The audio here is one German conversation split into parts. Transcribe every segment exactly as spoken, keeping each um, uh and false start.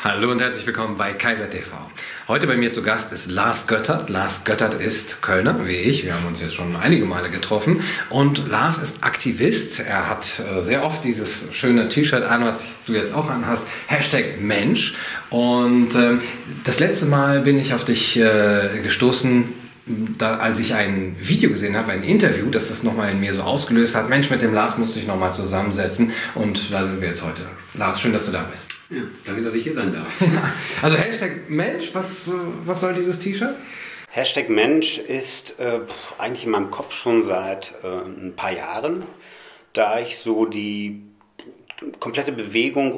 Hallo und herzlich willkommen bei Kaiser T V. Heute bei mir zu Gast ist Lars Göttert. Lars Göttert ist Kölner, wie ich. Wir haben uns jetzt schon einige Male getroffen. Und Lars ist Aktivist. Er hat äh, sehr oft dieses schöne T-Shirt an, was du jetzt auch anhast. Hashtag Mensch. Und äh, das letzte Mal bin ich auf dich äh, gestoßen, Da, als ich ein Video gesehen habe, ein Interview, das das nochmal in mir so ausgelöst hat. Mensch, mit dem Lars musste ich nochmal zusammensetzen. Und da sind wir jetzt heute. Lars, schön, dass du da bist. Ja, danke, dass ich hier sein darf. Also Hashtag Mensch, was, was soll dieses T-Shirt? Hashtag Mensch ist äh, eigentlich in meinem Kopf schon seit äh, ein paar Jahren, da ich so die komplette Bewegung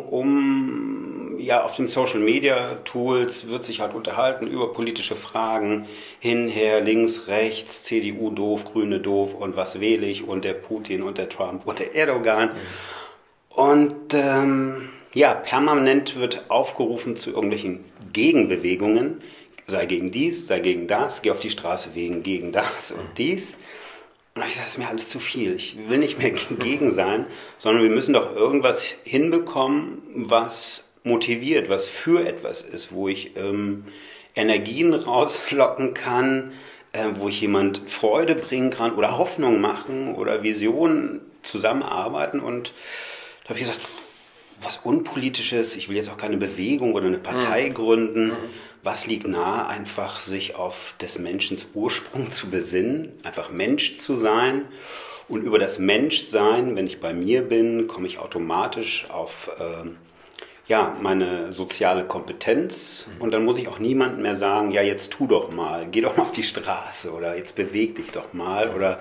um, ja, auf den Social Media Tools wird sich halt unterhalten über politische Fragen, hin, her, links, rechts, C D U doof, Grüne doof und was wähle ich und der Putin und der Trump und der Erdogan. Mhm. Und ähm, ja, permanent wird aufgerufen zu irgendwelchen Gegenbewegungen, sei gegen dies, sei gegen das, geh auf die Straße wegen gegen das und dies. Und ich sage, das ist mir alles zu viel. Ich will nicht mehr gegen sein, sondern wir müssen doch irgendwas hinbekommen, was motiviert, was für etwas ist, wo ich ähm, Energien rauslocken kann, äh, wo ich jemand Freude bringen kann oder Hoffnung machen oder Visionen zusammenarbeiten. Und da habe ich gesagt, was Unpolitisches, ich will jetzt auch keine Bewegung oder eine Partei mhm. gründen. Mhm. Was liegt nahe, einfach sich auf des Menschen Ursprung zu besinnen, einfach Mensch zu sein. Und über das Menschsein, wenn ich bei mir bin, komme ich automatisch auf äh, ja, meine soziale Kompetenz. Mhm. Und dann muss ich auch niemandem mehr sagen, ja, jetzt tu doch mal, geh doch mal auf die Straße oder jetzt beweg dich doch mal oder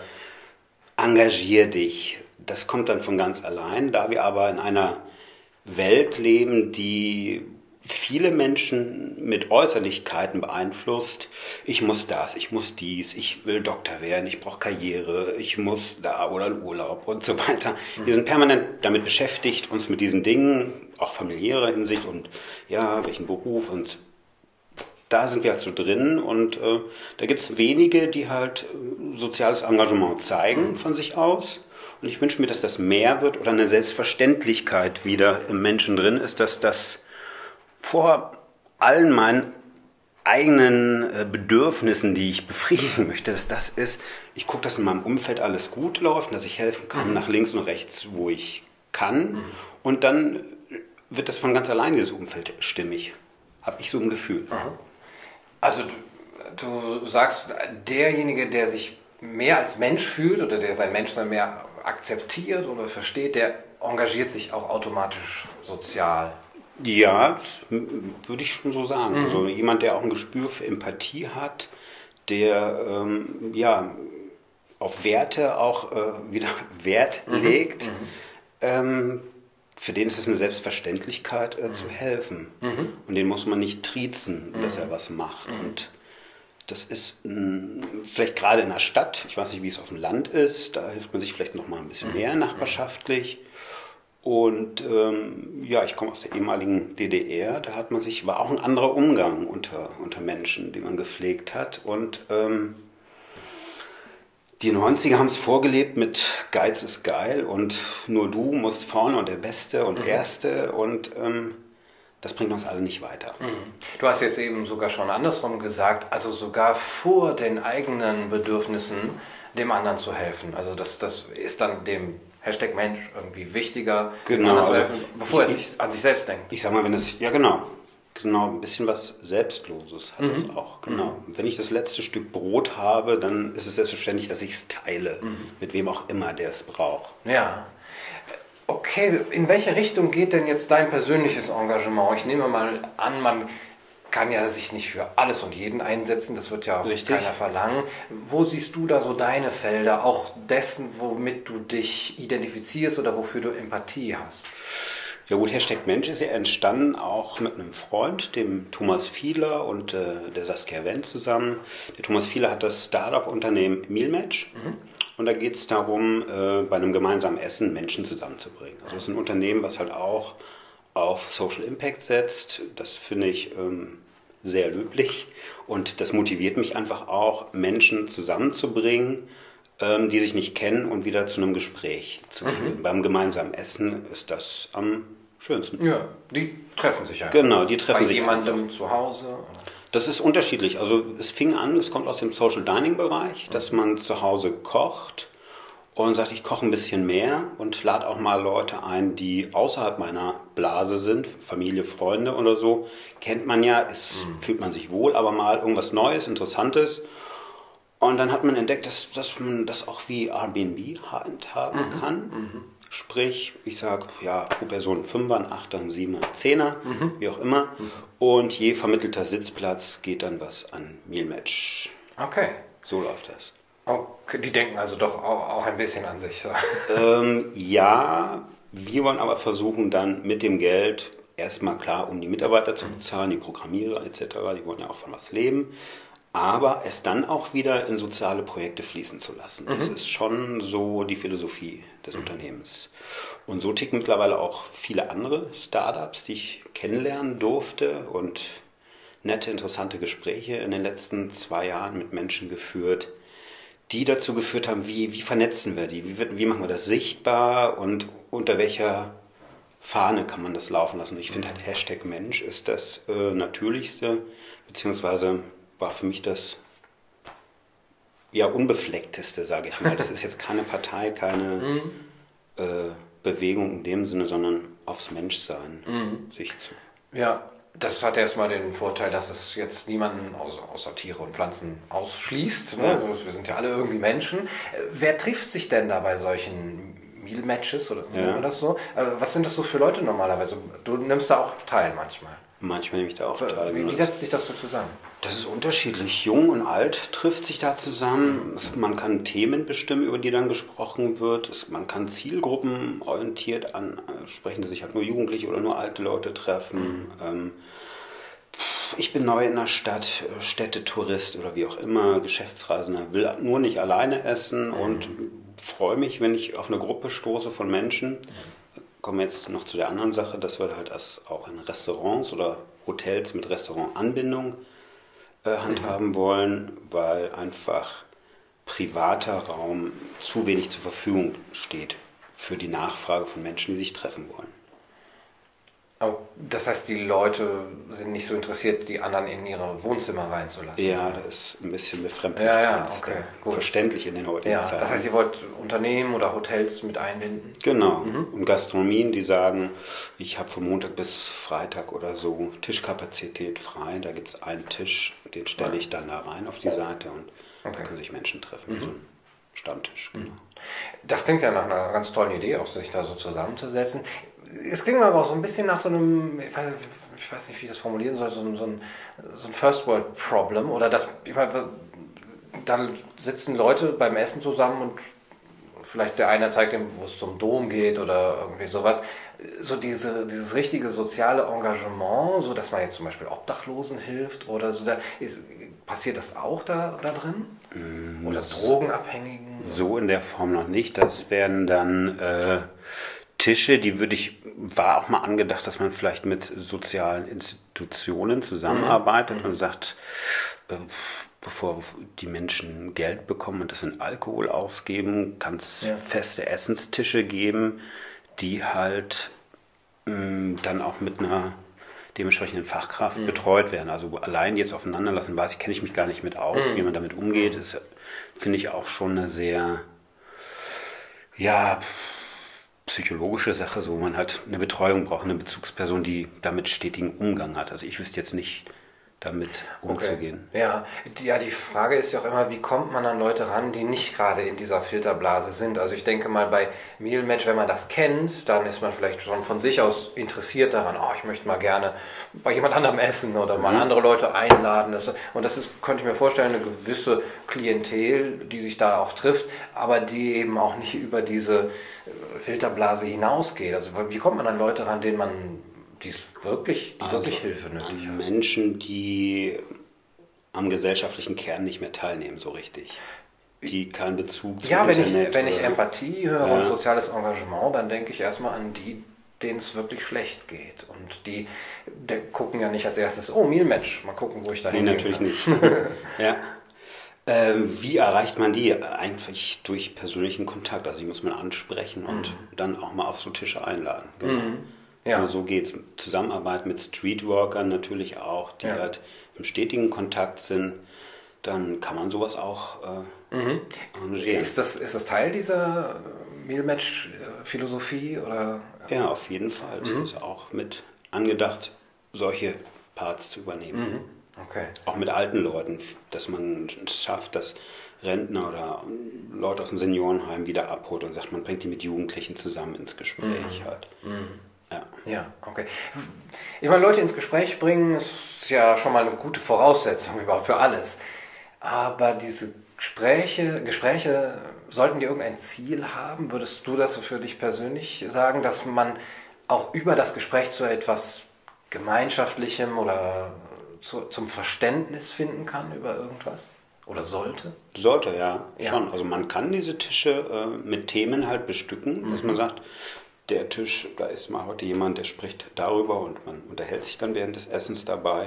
engagier dich. Das kommt dann von ganz allein, da wir aber in einer Welt leben, die viele Menschen mit Äußerlichkeiten beeinflusst. Ich muss das, ich muss dies, ich will Doktor werden, ich brauche Karriere, ich muss da oder einen Urlaub und so weiter. Wir sind permanent damit beschäftigt, uns mit diesen Dingen, auch familiärer Hinsicht und ja, welchen Beruf und da sind wir halt so drin und äh, da gibt es wenige, die halt äh, soziales Engagement zeigen von sich aus. Und ich wünsche mir, dass das mehr wird oder eine Selbstverständlichkeit wieder im Menschen drin ist, dass das vor allen meinen eigenen Bedürfnissen, die ich befriedigen möchte, dass das ist, ich gucke, dass in meinem Umfeld alles gut läuft, dass ich helfen kann, mhm. nach links und rechts, wo ich kann. Mhm. Und dann wird das von ganz allein, dieses Umfeld, stimmig. Habe ich so ein Gefühl. Mhm. Also du, du sagst, derjenige, der sich mehr als Mensch fühlt oder der sein Menschsein mehr akzeptiert oder versteht, der engagiert sich auch automatisch sozial. Ja, würde ich schon so sagen. Mhm. Also jemand, der auch ein Gespür für Empathie hat, der ähm, ja, auf Werte auch äh, wieder Wert mhm. legt, mhm. Ähm, für den ist es eine Selbstverständlichkeit, äh, mhm. zu helfen. Mhm. Und den muss man nicht triezen, mhm. dass er was macht. Mhm. Und das ist mh, vielleicht gerade in der Stadt, ich weiß nicht, wie es auf dem Land ist, da hilft man sich vielleicht noch mal ein bisschen mehr nachbarschaftlich. Und ähm, ja, ich komme aus der ehemaligen D D R, da hat man sich, war auch ein anderer Umgang unter, unter Menschen, den man gepflegt hat. Und ähm, die neunziger haben es vorgelebt mit Geiz ist geil und nur du musst vorne und der Beste und mhm. Erste und ähm, das bringt uns alle nicht weiter. Mhm. Du hast jetzt eben sogar schon andersrum gesagt, also sogar vor den eigenen Bedürfnissen dem anderen zu helfen. Also das, das ist dann dem Hashtag Mensch irgendwie wichtiger, genau, also helfen, bevor er sich an sich selbst denkt. Ich sag mal, wenn es, ja genau, genau, ein bisschen was Selbstloses hat mhm. das auch, genau. Mhm. Wenn ich das letzte Stück Brot habe, dann ist es selbstverständlich, dass ich es teile, mhm. mit wem auch immer, der es braucht. Ja. Okay, in welche Richtung geht denn jetzt dein persönliches Engagement? Ich nehme mal an, man kann ja sich nicht für alles und jeden einsetzen, das wird ja auch Richtig. keiner verlangen. Wo siehst du da so deine Felder, auch dessen, womit du dich identifizierst oder wofür du Empathie hast? Ja gut, Hashtag Mensch ist ja entstanden auch mit einem Freund, dem Thomas Fiehler und äh, der Saskia Wendt zusammen. Der Thomas Fiehler hat das Startup-Unternehmen Mealmatch. Mhm. Und da geht es darum, äh, bei einem gemeinsamen Essen Menschen zusammenzubringen. Also das ist ein Unternehmen, was halt auch auf Social Impact setzt. Das finde ich ähm, sehr löblich und das motiviert mich einfach auch, Menschen zusammenzubringen, ähm, die sich nicht kennen und wieder zu einem Gespräch zu führen. Mhm. Beim gemeinsamen Essen ist das am schönsten. Ja, die treffen sich einfach. Genau, die treffen Bei sich jemandem einfach. zu Hause. Das ist unterschiedlich. Also es fing an, es kommt aus dem Social Dining Bereich, dass man zu Hause kocht und sagt, ich koche ein bisschen mehr und lade auch mal Leute ein, die außerhalb meiner Blase sind, Familie, Freunde oder so. Kennt man ja, es mhm. fühlt man sich wohl, aber mal irgendwas Neues, Interessantes. Und dann hat man entdeckt, dass, dass man das auch wie Airbnb handhaben mhm. kann. Mhm. Sprich, ich sage, ja, pro Person Fünfer, ein Achter, ein Siebener, ein Zehner, mhm. wie auch immer. Mhm. Und je vermittelter Sitzplatz geht dann was an Meal Match. Okay. So läuft das. Okay, die denken also doch auch, auch ein bisschen an sich. So. Ähm, ja, wir wollen aber versuchen dann mit dem Geld erstmal klar, um die Mitarbeiter zu bezahlen, die Programmierer et cetera, die wollen ja auch von was leben. Aber es dann auch wieder in soziale Projekte fließen zu lassen. Das mhm. ist schon so die Philosophie des mhm. Unternehmens. Und so ticken mittlerweile auch viele andere Startups, die ich kennenlernen durfte und nette, interessante Gespräche in den letzten zwei Jahren mit Menschen geführt, die dazu geführt haben, wie, wie vernetzen wir die, wie, wie machen wir das sichtbar und unter welcher Fahne kann man das laufen lassen. Ich finde halt Hashtag Mensch ist das äh, Natürlichste, beziehungsweise war für mich das ja unbefleckteste, sage ich mal. Das ist jetzt keine Partei, keine mhm. äh, Bewegung in dem Sinne, sondern aufs Menschsein mhm. sich zu. Ja, das hat erstmal den Vorteil, dass es jetzt niemanden außer, außer Tiere und Pflanzen ausschließt. Ne? Ja. Also wir sind ja alle irgendwie Menschen. Wer trifft sich denn da bei solchen Meal Matches oder ja. nennt man das so? Was sind das so für Leute normalerweise? Du nimmst da auch teil manchmal. Manchmal nehme ich da auch teil. Wie, wie setzt sich das so zusammen? Das ist unterschiedlich. Jung und alt trifft sich da zusammen. Es, man kann Themen bestimmen, über die dann gesprochen wird. Es, man kann Zielgruppen orientiert ansprechen, dass sich halt nur Jugendliche oder nur alte Leute treffen. Mhm. Ähm, ich bin neu in der Stadt, Städtetourist oder wie auch immer, Geschäftsreisender, will nur nicht alleine essen mhm. und freue mich, wenn ich auf eine Gruppe stoße von Menschen. Mhm. Kommen wir jetzt noch zu der anderen Sache, dass wir halt das auch in Restaurants oder Hotels mit Restaurantanbindung äh, handhaben mhm. wollen, weil einfach privater Raum zu wenig zur Verfügung steht für die Nachfrage von Menschen, die sich treffen wollen. Oh, das heißt, die Leute sind nicht so interessiert, die anderen in ihre Wohnzimmer reinzulassen? Ja, das ist ein bisschen befremdlich. Ja, ja, okay, gut. Verständlich in den heutigen ja, Zeiten. Das heißt, ihr wollt Unternehmen oder Hotels mit einbinden? Genau. Mhm. Und Gastronomien, die sagen, ich habe von Montag bis Freitag oder so Tischkapazität frei. Da gibt es einen Tisch, den stelle ich dann da rein auf die Seite und okay. da können sich Menschen treffen. Mhm. So ein Stammtisch, genau. Das klingt ja nach einer ganz tollen Idee, auch sich da so zusammenzusetzen. Es klingt aber auch so ein bisschen nach so einem, ich weiß, ich weiß nicht, wie ich das formulieren soll, so ein, so ein, so ein First World Problem oder das, ich meine, dann sitzen Leute beim Essen zusammen und vielleicht der eine zeigt dem, wo es zum Dom geht oder irgendwie sowas. So diese, dieses richtige soziale Engagement, so dass man jetzt zum Beispiel Obdachlosen hilft oder so, da ist, passiert das auch da, da drin? Oder Drogenabhängigen? So in der Form noch nicht. Das werden dann äh, Tische, die würde ich, war auch mal angedacht, dass man vielleicht mit sozialen Institutionen zusammenarbeitet mhm. und sagt, äh, bevor die Menschen Geld bekommen und das in Alkohol ausgeben, kann es ja. feste Essenstische geben, die halt mh, dann auch mit einer dementsprechenden Fachkraft mhm. betreut werden. Also allein jetzt aufeinander lassen, weiß ich, kenne ich mich gar nicht mit aus, mhm. wie man damit umgeht, ist, finde ich auch schon eine sehr, ja, psychologische Sache, so wo man halt eine Betreuung braucht, eine Bezugsperson, die damit stetigen Umgang hat. Also ich wüsste jetzt nicht, damit umzugehen. Okay. Ja. ja, die Frage ist ja auch immer, wie kommt man an Leute ran, die nicht gerade in dieser Filterblase sind. Also ich denke mal, bei Meal Match, wenn man das kennt, dann ist man vielleicht schon von sich aus interessiert daran, oh, ich möchte mal gerne bei jemand anderem essen oder mal mhm. andere Leute einladen. Das, und das ist, könnte ich mir vorstellen, eine gewisse Klientel, die sich da auch trifft, aber die eben auch nicht über diese Filterblase hinausgeht. Also wie kommt man an Leute ran, denen man die wirklich, die also wirklich Hilfe nötig haben? Menschen, die am gesellschaftlichen Kern nicht mehr teilnehmen, so richtig. Die keinen Bezug zum ja, wenn Internet ich, wenn ich oder, Empathie höre ja. und soziales Engagement, dann denke ich erstmal an die, denen es wirklich schlecht geht. Und die, die gucken ja nicht als erstes, oh, Meal Match, mal gucken, wo ich da hingehe. Nee, natürlich nicht. ja. Ähm, wie erreicht man die? Eigentlich durch persönlichen Kontakt. Also die muss man ansprechen und mhm. dann auch mal auf so Tische einladen. Genau. Mhm. Ja. Also so geht es. Zusammenarbeit mit Streetworkern natürlich auch, die ja. halt im stetigen Kontakt sind. Dann kann man sowas auch äh, mhm. arrangieren. Ist das, ist das Teil dieser Meal-Match-Philosophie? Oder? Ja, auf jeden Fall. Es mhm. ist auch mit angedacht, solche Parts zu übernehmen. Mhm. Okay. Auch mit alten Leuten, dass man es schafft, dass Rentner oder Leute aus dem Seniorenheim wieder abholt und sagt, man bringt die mit Jugendlichen zusammen ins Gespräch. Mhm. Halt. Mhm. Ja. Ja, okay. Ich meine, Leute ins Gespräch bringen, ist ja schon mal eine gute Voraussetzung überhaupt für alles. Aber diese Gespräche, Gespräche, sollten die irgendein Ziel haben? Würdest du das für dich persönlich sagen, dass man auch über das Gespräch zu etwas Gemeinschaftlichem oder zu, zum Verständnis finden kann über irgendwas? Oder sollte? Sollte, ja, ja. schon. Also man kann diese Tische äh, mit Themen halt bestücken, mhm. dass man sagt, der Tisch, da ist mal heute jemand, der spricht darüber und man unterhält sich dann während des Essens dabei.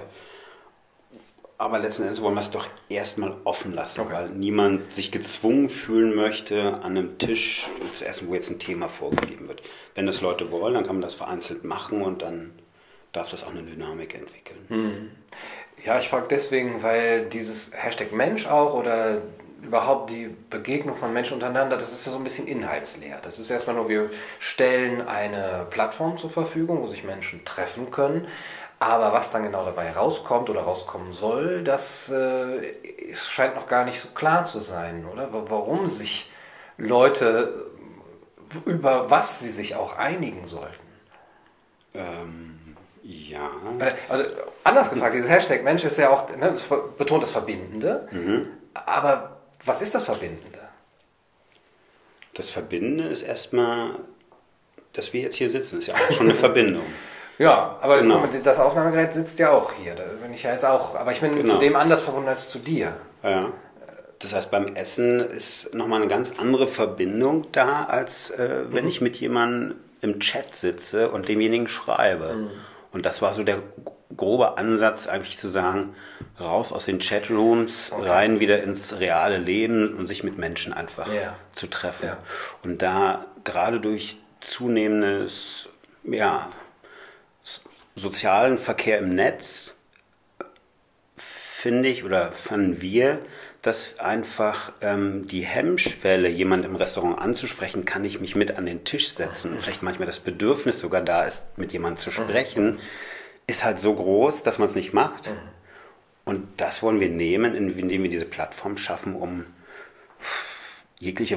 Aber letzten Endes wollen wir es doch erstmal offen lassen, okay. weil niemand sich gezwungen fühlen möchte, an einem Tisch zu essen, wo jetzt ein Thema vorgegeben wird. Wenn das Leute wollen, dann kann man das vereinzelt machen und dann darf das auch eine Dynamik entwickeln. Hm. Ja, ich frage deswegen, weil dieses Hashtag Mensch auch oder überhaupt die Begegnung von Menschen untereinander, das ist ja so ein bisschen inhaltsleer. Das ist erstmal nur, wir stellen eine Plattform zur Verfügung, wo sich Menschen treffen können. Aber was dann genau dabei rauskommt oder rauskommen soll, das äh, ist, scheint noch gar nicht so klar zu sein, oder? Warum sich Leute, über was sie sich auch einigen sollten. Ähm, ja. Also anders gefragt, dieses Hashtag Mensch ist ja auch, ne, das betont das Verbindende, mhm. aber was ist das Verbindende? Das Verbindende ist erstmal, dass wir jetzt hier sitzen, ist ja auch schon eine Verbindung. Ja, aber genau. Das Aufnahmegerät sitzt ja auch hier. Da bin ich ja jetzt auch, aber ich bin genau. zu dem anders verbunden als zu dir. Ja. Das heißt, beim Essen ist nochmal eine ganz andere Verbindung da, als äh, wenn mhm. ich mit jemandem im Chat sitze und demjenigen schreibe. Mhm. Und das war so der grobe Ansatz, eigentlich zu sagen, raus aus den Chatrooms, okay. rein wieder ins reale Leben und sich mit Menschen einfach ja. zu treffen. Ja. Und da gerade durch zunehmendes, ja, sozialen Verkehr im Netz finde ich oder fanden wir, dass einfach ähm, die Hemmschwelle, jemand im Restaurant anzusprechen, kann ich mich mit an den Tisch setzen und vielleicht manchmal das Bedürfnis sogar da ist, mit jemandem zu sprechen, ist halt so groß, dass man es nicht macht. Und das wollen wir nehmen, indem wir diese Plattform schaffen, um jegliche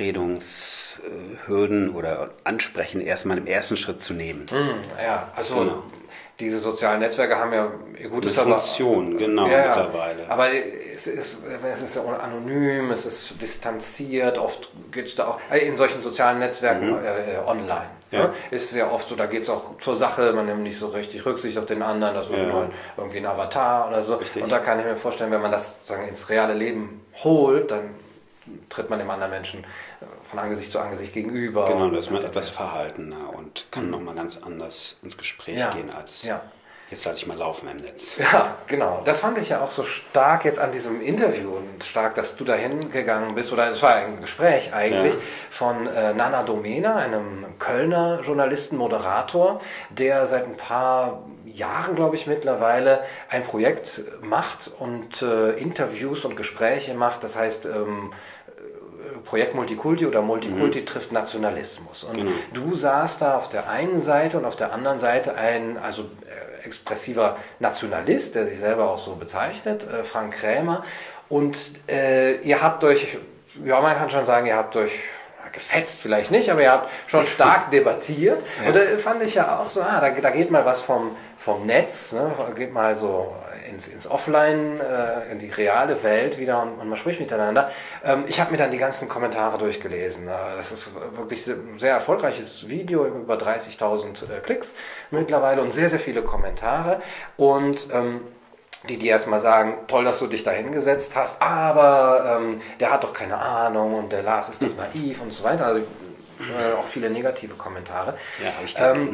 Verabredungshürden oder Ansprechen erstmal im ersten Schritt zu nehmen. Ja, also genau. Diese sozialen Netzwerke haben ja ihr gutes Eine Funktion, aber, genau, ja, mittlerweile. Aber es ist, es ist ja anonym, es ist distanziert, oft geht es da auch, in solchen sozialen Netzwerken mhm. äh, online, ja. ne, ist es ja oft so, da geht es auch zur Sache, man nimmt nicht so richtig Rücksicht auf den anderen, das ist ja. nur irgendwie ein Avatar oder so. Richtig. Und da kann ich mir vorstellen, wenn man das sozusagen ins reale Leben holt, dann tritt man dem anderen Menschen von Angesicht zu Angesicht gegenüber. Genau, da ist man etwas verhaltener und kann mhm. nochmal ganz anders ins Gespräch ja. gehen als ja. jetzt lasse ich mal laufen im Netz. Ja, genau. Das fand ich ja auch so stark jetzt an diesem Interview und stark, dass du da hingegangen bist, oder es war ein Gespräch eigentlich ja. von äh, Nana Domena, einem Kölner Journalisten, Moderator, der seit ein paar Jahren, glaube ich, mittlerweile ein Projekt macht und äh, Interviews und Gespräche macht. Das heißt, ähm, Projekt Multikulti oder Multikulti mhm. trifft Nationalismus. Und mhm. du saßt da auf der einen Seite und auf der anderen Seite ein also äh, expressiver Nationalist, der sich selber auch so bezeichnet, äh, Frank Krämer. Und äh, ihr habt euch, ja man kann schon sagen, ihr habt euch gefetzt vielleicht nicht, aber ihr habt schon stark debattiert. Ja. Und da fand ich ja auch so, ah, da, da geht mal was vom, vom Netz, ne, geht mal so ins, ins Offline, äh, in die reale Welt wieder und, und man spricht miteinander. Ähm, ich habe mir dann die ganzen Kommentare durchgelesen. Das ist wirklich ein sehr erfolgreiches Video, über dreißigtausend äh, Klicks mittlerweile und sehr, sehr viele Kommentare. Und ähm, die, die erstmal sagen, toll, dass du dich da hingesetzt hast, aber ähm, der hat doch keine Ahnung und der Lars ist doch naiv und so weiter. Also äh, auch viele negative Kommentare. Ja, hab ich ähm,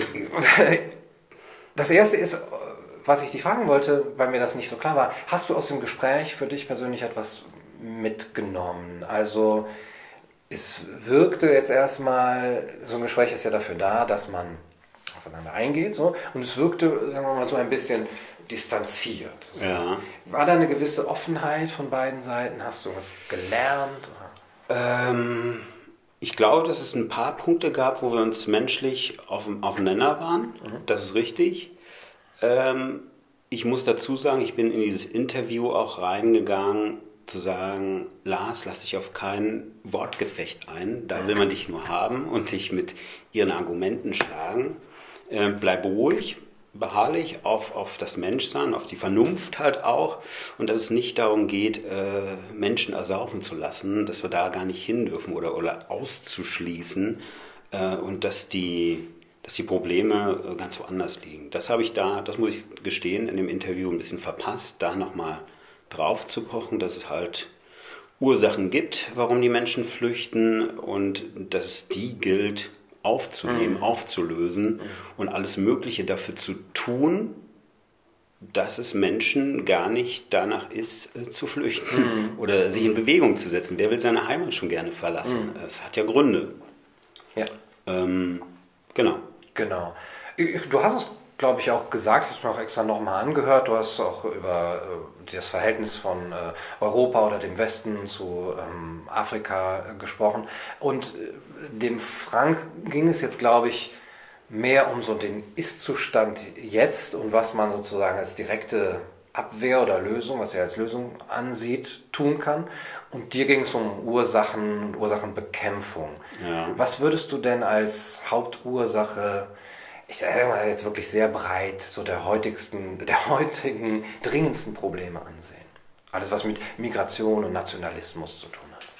das erste ist, was ich dich fragen wollte, weil mir das nicht so klar war, hast du aus dem Gespräch für dich persönlich etwas mitgenommen? Also es wirkte jetzt erstmal, so ein Gespräch ist ja dafür da, dass man aufeinander eingeht. So. Und es wirkte, sagen wir mal, so ein bisschen distanziert. So. Ja. War da eine gewisse Offenheit von beiden Seiten? Hast du was gelernt? Ähm, ich glaube, dass es ein paar Punkte gab, wo wir uns menschlich auf, auf den Nenner waren. Mhm. Das ist richtig. Ähm, ich muss dazu sagen, ich bin in dieses Interview auch reingegangen, zu sagen, Lars, lass dich auf kein Wortgefecht ein, da will man dich nur haben und dich mit ihren Argumenten schlagen. Äh, bleib ruhig, beharrlich auf, auf das Menschsein, auf die Vernunft halt auch und dass es nicht darum geht, äh, Menschen ersaufen zu lassen, dass wir da gar nicht hin dürfen oder, oder auszuschließen äh, und dass die, dass die Probleme äh, ganz woanders liegen. Das habe ich da, das muss ich gestehen, in dem Interview ein bisschen verpasst, da nochmal drauf zu pochen, dass es halt Ursachen gibt, warum die Menschen flüchten und dass es die gilt aufzunehmen, mhm. aufzulösen mhm. und alles Mögliche dafür zu tun, dass es Menschen gar nicht danach ist, äh, zu flüchten mhm. oder sich in Bewegung zu setzen. Wer will seine Heimat schon gerne verlassen? Mhm. Es hat ja Gründe. Ja. Ähm, genau. Genau. Du hast es, glaube ich, auch gesagt, ich habe es mir auch extra nochmal angehört, du hast auch über äh, das Verhältnis von äh, Europa oder dem Westen zu ähm, Afrika äh, gesprochen und äh, dem Frank ging es jetzt, glaube ich, mehr um so den Ist-Zustand jetzt und was man sozusagen als direkte Abwehr oder Lösung, was er als Lösung ansieht, tun kann. Und dir ging es um Ursachen, Ursachenbekämpfung. Ja. Was würdest du denn als Hauptursache, ich sage mal jetzt wirklich sehr breit, so der heutigsten, der heutigen dringendsten Probleme ansehen? Alles, was mit Migration und Nationalismus zu tun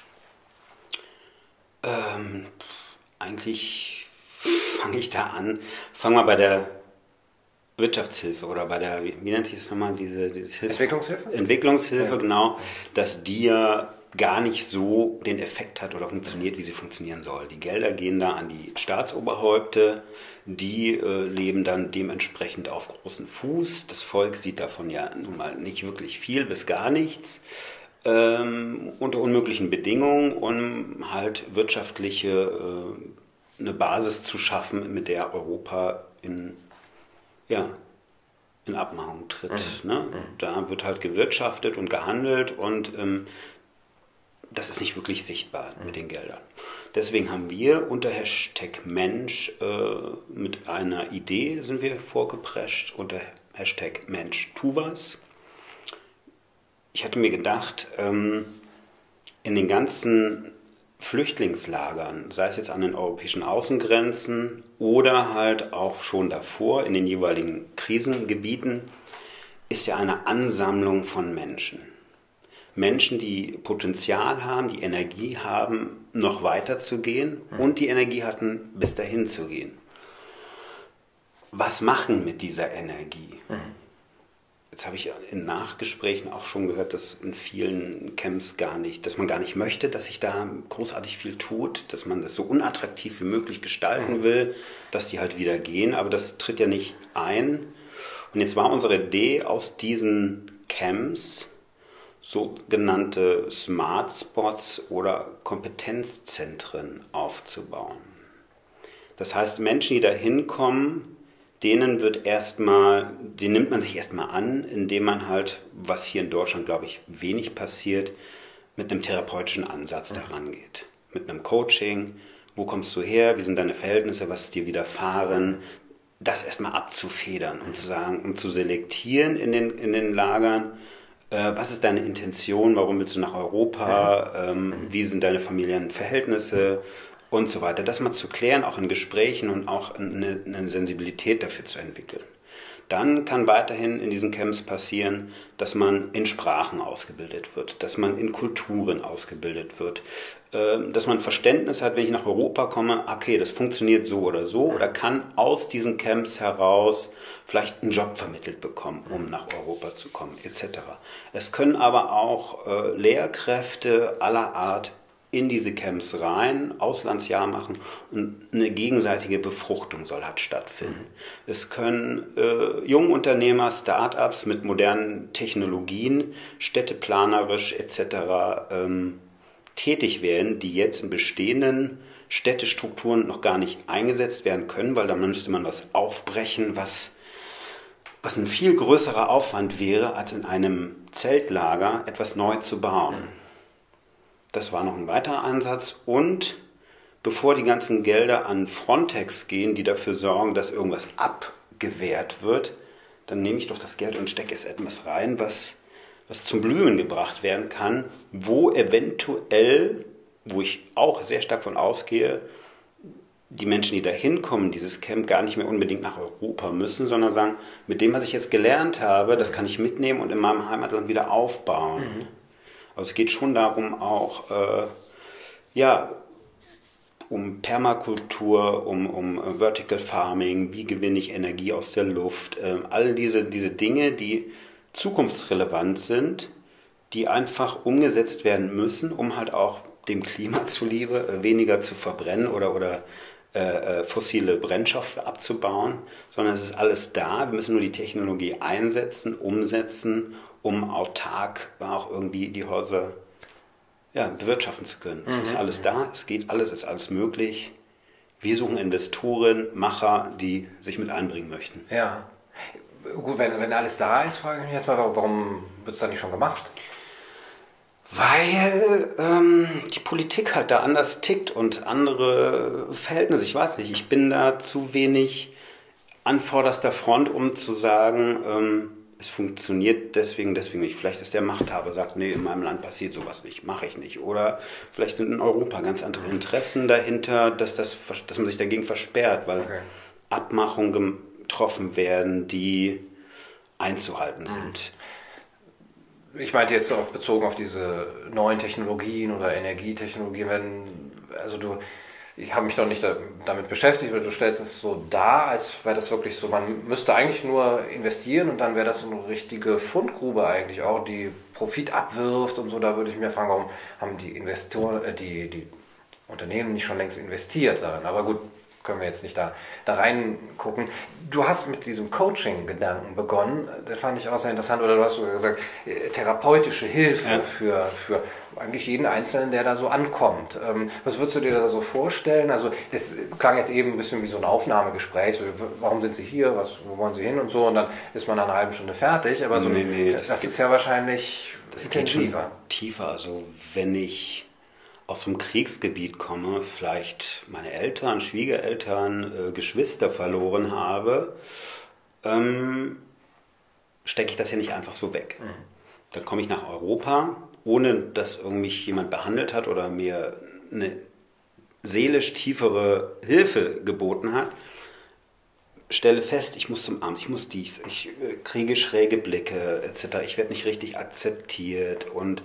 hat. Ähm, eigentlich fange ich da an. Fangen wir bei der Wirtschaftshilfe oder bei der, wie, wie nennt sich das nochmal, diese, diese Hilfe? Entwicklungshilfe? Entwicklungshilfe, ja. genau, dass die ja gar nicht so den Effekt hat oder funktioniert, wie sie funktionieren soll. Die Gelder gehen da an die Staatsoberhäupte, die äh, leben dann dementsprechend auf großen Fuß. Das Volk sieht davon ja nun mal nicht wirklich viel bis gar nichts. Ähm, unter unmöglichen Bedingungen, um halt wirtschaftliche äh, eine Basis zu schaffen, mit der Europa in ja, in Abmachung tritt. Mhm. Ne? Da wird halt gewirtschaftet und gehandelt und ähm, das ist nicht wirklich sichtbar mhm. mit den Geldern. Deswegen haben wir unter Hashtag Mensch äh, mit einer Idee sind wir vorgeprescht, unter Hashtag Mensch tu was. Ich hatte mir gedacht, ähm, in den ganzen Flüchtlingslagern, sei es jetzt an den europäischen Außengrenzen oder halt auch schon davor in den jeweiligen Krisengebieten, ist ja eine Ansammlung von Menschen. Menschen, die Potenzial haben, die Energie haben, noch weiter zu gehen mhm. und die Energie hatten, bis dahin zu gehen. Was machen mit dieser Energie? Mhm. Jetzt habe ich in Nachgesprächen auch schon gehört, dass in vielen Camps gar nicht, dass man gar nicht möchte, dass sich da großartig viel tut, dass man das so unattraktiv wie möglich gestalten will, dass die halt wieder gehen, aber das tritt ja nicht ein. Und jetzt war unsere Idee, aus diesen Camps sogenannte Smart Spots oder Kompetenzzentren aufzubauen. Das heißt, Menschen, die da hinkommen, denen wird erstmal, den nimmt man sich erstmal an, indem man halt, was hier in Deutschland, glaube ich, wenig passiert, mit einem therapeutischen Ansatz mhm. daran geht. Mit einem Coaching, wo kommst du her, wie sind deine Verhältnisse, was ist dir widerfahren, das erstmal abzufedern, um zu sagen, um zu selektieren in den, in den Lagern, äh, was ist deine Intention, warum willst du nach Europa, ähm, wie sind deine familiären Verhältnisse, und so weiter. Das mal zu klären, auch in Gesprächen und auch eine, eine Sensibilität dafür zu entwickeln. Dann kann weiterhin in diesen Camps passieren, dass man in Sprachen ausgebildet wird, dass man in Kulturen ausgebildet wird, dass man Verständnis hat, wenn ich nach Europa komme, okay, das funktioniert so oder so, oder kann aus diesen Camps heraus vielleicht einen Job vermittelt bekommen, um nach Europa zu kommen, et cetera. Es können aber auch äh, Lehrkräfte aller Art in diese Camps rein, Auslandsjahr machen und eine gegenseitige Befruchtung soll halt stattfinden. Mhm. Es können äh, Jungunternehmer, Start-ups mit modernen Technologien, städteplanerisch et cetera ähm, tätig werden, die jetzt in bestehenden Städtestrukturen noch gar nicht eingesetzt werden können, weil dann müsste man was aufbrechen, was, was ein viel größerer Aufwand wäre, als in einem Zeltlager etwas neu zu bauen. Das war noch ein weiterer Ansatz. Und bevor die ganzen Gelder an Frontex gehen, die dafür sorgen, dass irgendwas abgewehrt wird, dann nehme ich doch das Geld und stecke es etwas rein, was, was zum Blühen gebracht werden kann, wo eventuell, wo ich auch sehr stark von ausgehe, die Menschen, die da hinkommen, dieses Camp gar nicht mehr unbedingt nach Europa müssen, sondern sagen, mit dem, was ich jetzt gelernt habe, das kann ich mitnehmen und in meinem Heimatland wieder aufbauen. Mhm. Also es geht schon darum, auch äh, ja, um Permakultur, um, um Vertical Farming, wie gewinne ich Energie aus der Luft, äh, all diese, diese Dinge, die zukunftsrelevant sind, die einfach umgesetzt werden müssen, um halt auch dem Klima zuliebe äh, weniger zu verbrennen oder, oder äh, fossile Brennstoffe abzubauen, sondern es ist alles da. Wir müssen nur die Technologie einsetzen, umsetzen, um autark auch irgendwie die Häuser ja, bewirtschaften zu können. Es mhm. ist alles da, es geht alles, es ist alles möglich. Wir suchen Investoren, Macher, die sich mit einbringen möchten. Ja, gut, wenn, wenn alles da ist, frage ich mich jetzt mal, warum wird es dann nicht schon gemacht? Weil ähm, die Politik halt da anders tickt und andere Verhältnisse, ich weiß nicht, ich bin da zu wenig an vorderster Front, um zu sagen, ähm, es funktioniert deswegen, deswegen nicht. Vielleicht ist der Machthaber, sagt, nee, in meinem Land passiert sowas nicht, mache ich nicht. Oder vielleicht sind in Europa ganz andere Interessen dahinter, dass, das, dass man sich dagegen versperrt, weil okay. Abmachungen getroffen werden, die einzuhalten sind. Ich meinte jetzt auch bezogen auf diese neuen Technologien oder Energietechnologien, wenn, also du, ich habe mich doch nicht da, damit beschäftigt, aber du stellst es so dar, als wäre das wirklich so, man müsste eigentlich nur investieren und dann wäre das so eine richtige Fundgrube eigentlich auch, die Profit abwirft und so. Da würde ich mir fragen, warum haben die Investoren, äh, die, die Unternehmen nicht schon längst investiert darin? Aber gut, können wir jetzt nicht da, da reingucken. Du hast mit diesem Coaching-Gedanken begonnen, das fand ich auch sehr interessant, oder du hast sogar gesagt, therapeutische Hilfe ja. für, für eigentlich jeden Einzelnen, der da so ankommt. Ähm, was würdest du dir da so vorstellen? Also das klang jetzt eben ein bisschen wie so ein Aufnahmegespräch, so, warum sind Sie hier, was, wo wollen Sie hin und so, und dann ist man nach einer halben Stunde fertig, aber so, nee, nee, das, das das ist ja wahrscheinlich das intensiver. Geht schon tiefer, also wenn ich aus einem Kriegsgebiet komme, vielleicht meine Eltern, Schwiegereltern, äh, Geschwister verloren habe, ähm, stecke ich das ja nicht einfach so weg. Mhm. Dann komme ich nach Europa, ohne dass irgendwie jemand behandelt hat oder mir eine seelisch tiefere Hilfe geboten hat, stelle fest, ich muss zum Amt, ich muss dies, ich äh, kriege schräge Blicke et cetera. Ich werde nicht richtig akzeptiert und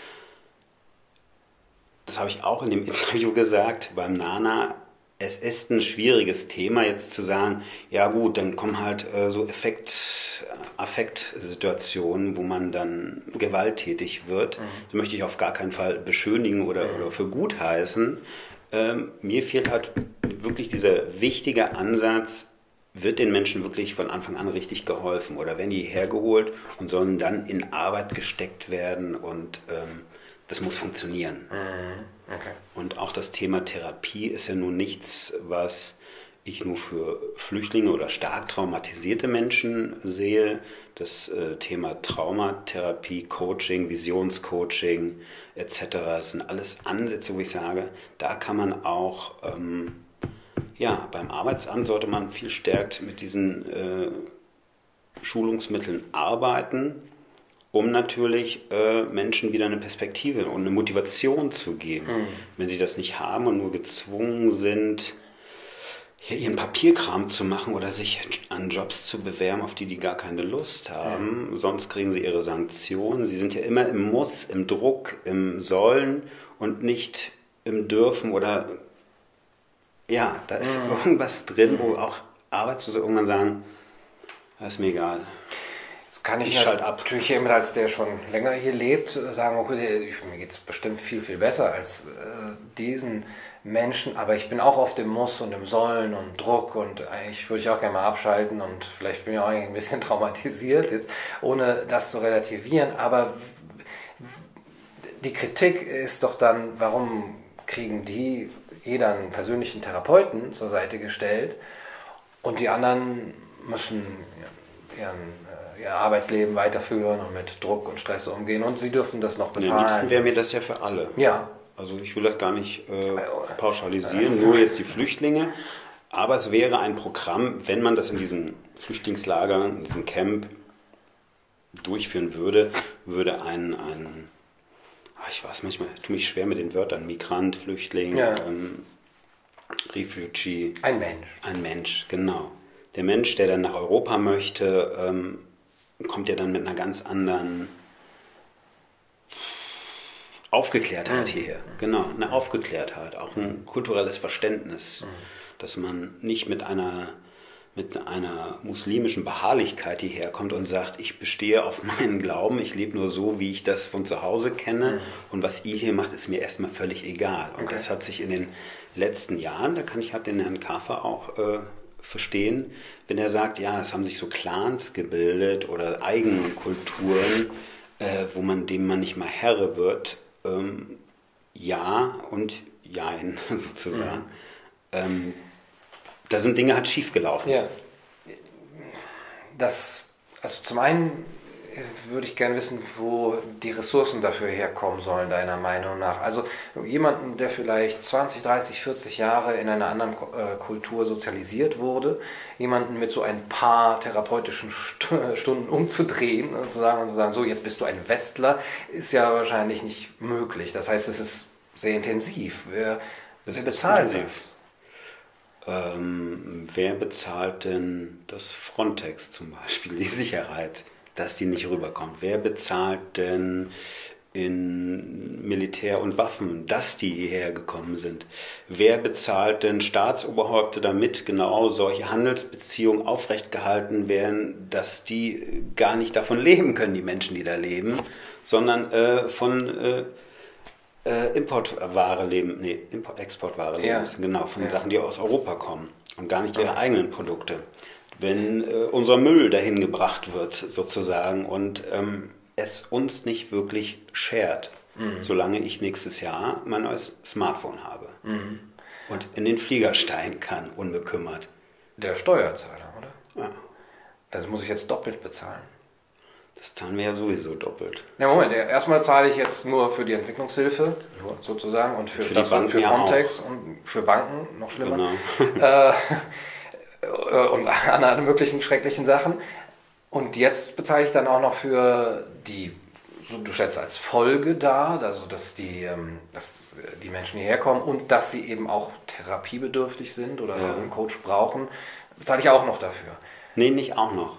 das habe ich auch in dem Interview gesagt, beim Nana, es ist ein schwieriges Thema jetzt zu sagen, ja gut, dann kommen halt äh, so Effekt, Affektsituationen, wo man dann gewalttätig wird. Mhm. Das möchte ich auf gar keinen Fall beschönigen oder, mhm. oder für gut heißen. Ähm, mir fehlt halt wirklich dieser wichtige Ansatz, wird den Menschen wirklich von Anfang an richtig geholfen oder werden die hergeholt und sollen dann in Arbeit gesteckt werden und ähm, das muss funktionieren. Okay. Und auch das Thema Therapie ist ja nun nichts, was ich nur für Flüchtlinge oder stark traumatisierte Menschen sehe. Das äh, Thema Traumatherapie, Coaching, Visionscoaching et cetera. Das sind alles Ansätze, wo ich sage, da kann man auch, ähm, ja, beim Arbeitsamt sollte man viel stärker mit diesen äh, Schulungsmitteln arbeiten, um natürlich äh, Menschen wieder eine Perspektive und eine Motivation zu geben. Mhm. Wenn sie das nicht haben und nur gezwungen sind, hier ihren Papierkram zu machen oder sich an Jobs zu bewerben, auf die die gar keine Lust haben. Mhm. Sonst kriegen sie ihre Sanktionen. Sie sind ja immer im Muss, im Druck, im Sollen und nicht im Dürfen oder ja, da ist mhm. irgendwas drin, wo auch Arbeitslose irgendwann sagen, das ist mir egal. Kann ich, ich halt ab. Natürlich jemand, als der schon länger hier lebt, sagen, okay, mir geht es bestimmt viel, viel besser als äh, diesen Menschen, aber ich bin auch auf dem Muss und im Sollen und Druck und eigentlich würde ich auch gerne mal abschalten und vielleicht bin ich auch ein bisschen traumatisiert, jetzt, ohne das zu relativieren, aber die Kritik ist doch dann, warum kriegen die jeder einen persönlichen Therapeuten zur Seite gestellt und die anderen müssen ihren, ihr Arbeitsleben weiterführen und mit Druck und Stress umgehen und sie dürfen das noch bezahlen. Am liebsten wäre mir das ja für alle. Ja. Also ich will das gar nicht äh, pauschalisieren, nur jetzt die Flüchtlinge. Aber es wäre ein Programm, wenn man das in diesen Flüchtlingslagern, in diesem Camp durchführen würde, würde ein, ein ach, ich weiß manchmal, ich tue mich schwer mit den Wörtern, Migrant, Flüchtling, ja. ähm, Refugee. Ein Mensch. Ein Mensch, genau. Der Mensch, der dann nach Europa möchte, ähm, kommt ja dann mit einer ganz anderen Aufgeklärtheit hierher. Genau, eine Aufgeklärtheit, auch ein kulturelles Verständnis, mhm. dass man nicht mit einer, mit einer muslimischen Beharrlichkeit hierher kommt und sagt, ich bestehe auf meinen Glauben, ich lebe nur so, wie ich das von zu Hause kenne mhm. und was ihr hier macht, ist mir erstmal völlig egal. Und okay. das hat sich in den letzten Jahren, da kann ich halt den Herrn Kafer auch äh, verstehen, wenn er sagt, ja, es haben sich so Clans gebildet oder Eigenkulturen, äh, wo man dem man nicht mal Herr wird. Ähm, ja und jein, sozusagen. Mhm. Ähm, da sind Dinge halt schiefgelaufen. Ja. Das, also zum einen würde ich gerne wissen, wo die Ressourcen dafür herkommen sollen, deiner Meinung nach. Also jemanden, der vielleicht zwanzig, dreißig, vierzig Jahre in einer anderen äh, Kultur sozialisiert wurde, jemanden mit so ein paar therapeutischen St- Stunden umzudrehen sozusagen, und zu sagen, so jetzt bist du ein Westler, ist ja wahrscheinlich nicht möglich. Das heißt, es ist sehr intensiv. Wer, wer bezahlt das? Ähm, wer bezahlt denn das Frontex zum Beispiel, die Sicherheit, dass die nicht rüberkommt? Wer bezahlt denn in Militär und Waffen, dass die hierher gekommen sind? Wer bezahlt denn Staatsoberhäupter, damit genau solche Handelsbeziehungen aufrechtgehalten werden, dass die gar nicht davon leben können, die Menschen, die da leben, sondern äh, von äh, äh, Importware leben, nee, Import, Exportware leben, ja. genau, von ja. Sachen, die aus Europa kommen und gar nicht ihre ja. eigenen Produkte. Wenn äh, unser Müll dahin gebracht wird, sozusagen, und ähm, es uns nicht wirklich schert, mhm. solange ich nächstes Jahr mein neues Smartphone habe mhm. und in den Flieger steigen kann, unbekümmert. Der Steuerzahler, oder? Ja. Das muss ich jetzt doppelt bezahlen. Das zahlen wir ja sowieso doppelt. Ja, Moment, erstmal zahle ich jetzt nur für die Entwicklungshilfe, sozusagen, und für, für, das, die Banken für Frontex ja und für Banken, noch schlimmer. Genau. äh, und an alle möglichen schrecklichen Sachen. Und jetzt bezahle ich dann auch noch für die, so du stellst als Folge dar, also dass die, dass die Menschen hierher kommen und dass sie eben auch therapiebedürftig sind oder ja. einen Coach brauchen, bezahle ich auch noch dafür. Nee, nicht auch noch.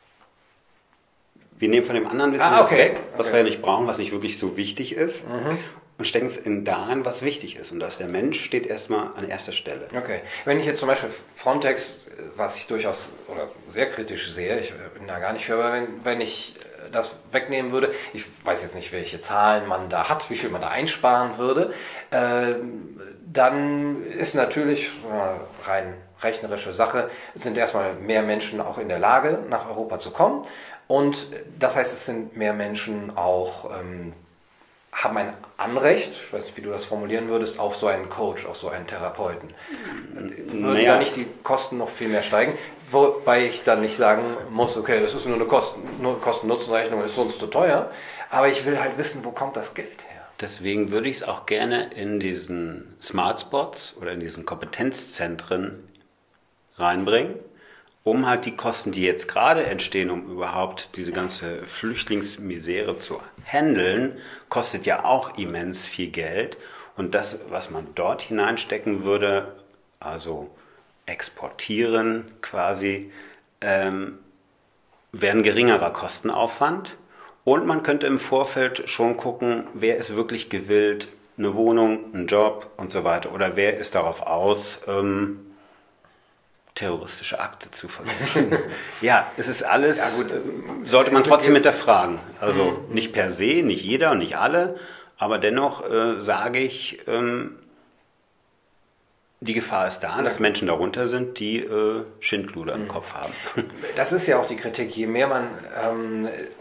Wir nehmen von dem anderen ein bisschen ah, okay. was weg, was okay. wir ja nicht brauchen, was nicht wirklich so wichtig ist. Mhm. Und stecken es in dahin, was wichtig ist. Und dass der Mensch steht erstmal an erster Stelle. Okay. Wenn ich jetzt zum Beispiel Frontex, was ich durchaus oder sehr kritisch sehe, ich bin da gar nicht für, aber wenn, wenn ich das wegnehmen würde, ich weiß jetzt nicht, welche Zahlen man da hat, wie viel man da einsparen würde, äh, dann ist natürlich äh, rein rechnerische Sache, sind erstmal mehr Menschen auch in der Lage, nach Europa zu kommen. Und das heißt, es sind mehr Menschen auch ähm, haben ein Anrecht, ich weiß nicht, wie du das formulieren würdest, auf so einen Coach, auf so einen Therapeuten. Würden naja. da nicht die Kosten noch viel mehr steigen? Wobei ich dann nicht sagen muss, okay, das ist nur eine Kosten, nur Kosten-Nutzen-Rechnung, ist uns zu teuer. Aber ich will halt wissen, wo kommt das Geld her? Deswegen würde ich es auch gerne in diesen Smart Spots oder in diesen Kompetenzzentren reinbringen, um halt die Kosten, die jetzt gerade entstehen, um überhaupt diese ganze Flüchtlingsmisere zu handeln, kostet ja auch immens viel Geld. Und das, was man dort hineinstecken würde, also exportieren quasi, ähm, wäre ein geringerer Kostenaufwand. Und man könnte im Vorfeld schon gucken, wer ist wirklich gewillt, eine Wohnung, einen Job und so weiter. Oder wer ist darauf aus, ähm, terroristische Akte zu vollziehen. Ja, es ist alles, ja, gut, sollte man trotzdem hinterfragen. Also mhm. nicht per se, nicht jeder und nicht alle, aber dennoch äh, sage ich, ähm, die Gefahr ist da, dass Menschen darunter sind, die äh, Schindluder im mhm. Kopf haben. Das ist ja auch die Kritik. Je mehr man ähm,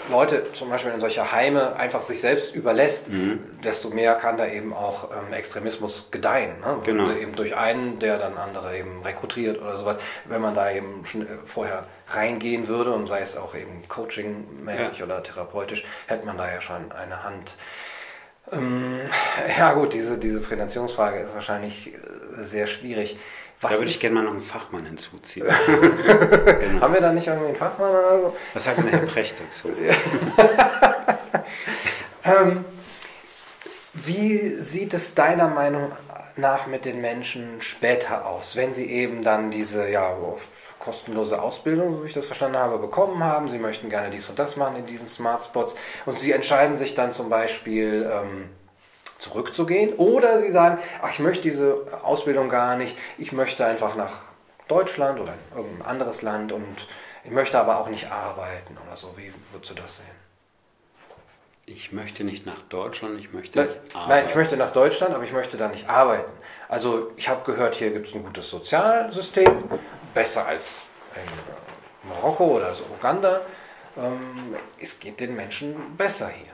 Leute zum Beispiel in solche Heime einfach sich selbst überlässt, Mhm. desto mehr kann da eben auch ähm, Extremismus gedeihen. Ne? Genau. Und eben durch einen, der dann andere eben rekrutiert oder sowas. Wenn man da eben schon vorher reingehen würde und sei es auch eben coaching-mäßig Ja. oder therapeutisch, hätte man da ja schon eine Hand. Ähm, ja gut, diese, diese Finanzierungsfrage ist wahrscheinlich äh, sehr schwierig. Was Da würde ich ist- gerne mal noch einen Fachmann hinzuziehen. Haben wir da nicht irgendwie einen Fachmann oder so? Was sagt denn Herr Precht dazu? Ähm, wie sieht es deiner Meinung nach mit den Menschen später aus, wenn sie eben dann diese ja, kostenlose Ausbildung, so wie ich das verstanden habe, bekommen haben? Sie möchten gerne dies und das machen in diesen Smart Spots und sie entscheiden sich dann zum Beispiel ähm, zurückzugehen oder sie sagen, ach, ich möchte diese Ausbildung gar nicht, ich möchte einfach nach Deutschland oder in irgendein anderes Land und ich möchte aber auch nicht arbeiten oder so. Wie würdest du das sehen? Ich möchte nicht nach Deutschland, ich möchte Nein, nicht arbeiten. nein, ich möchte nach Deutschland, aber ich möchte da nicht arbeiten. Also ich habe gehört, hier gibt es ein gutes Sozialsystem, besser als in Marokko oder so Uganda. Ähm, es geht den Menschen besser hier.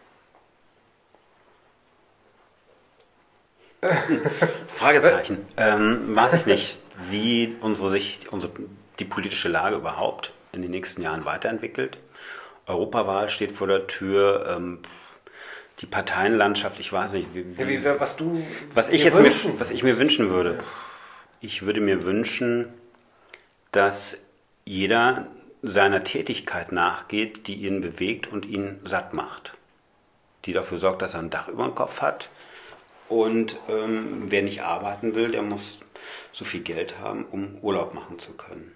Fragezeichen. Ähm, weiß ich nicht, wie unsere Sicht, unsere, die politische Lage überhaupt in den nächsten Jahren weiterentwickelt. Europawahl steht vor der Tür. Ähm, die Parteienlandschaft, ich weiß nicht, wie, Ja, wie, wie, was du was ich dir jetzt mir, wünschen was ich mir wünschen würde. Ich würde mir wünschen, dass jeder seiner Tätigkeit nachgeht, die ihn bewegt und ihn satt macht. Die dafür sorgt, dass er ein Dach über dem Kopf hat. Und ähm, wer nicht arbeiten will, der muss so viel Geld haben, um Urlaub machen zu können.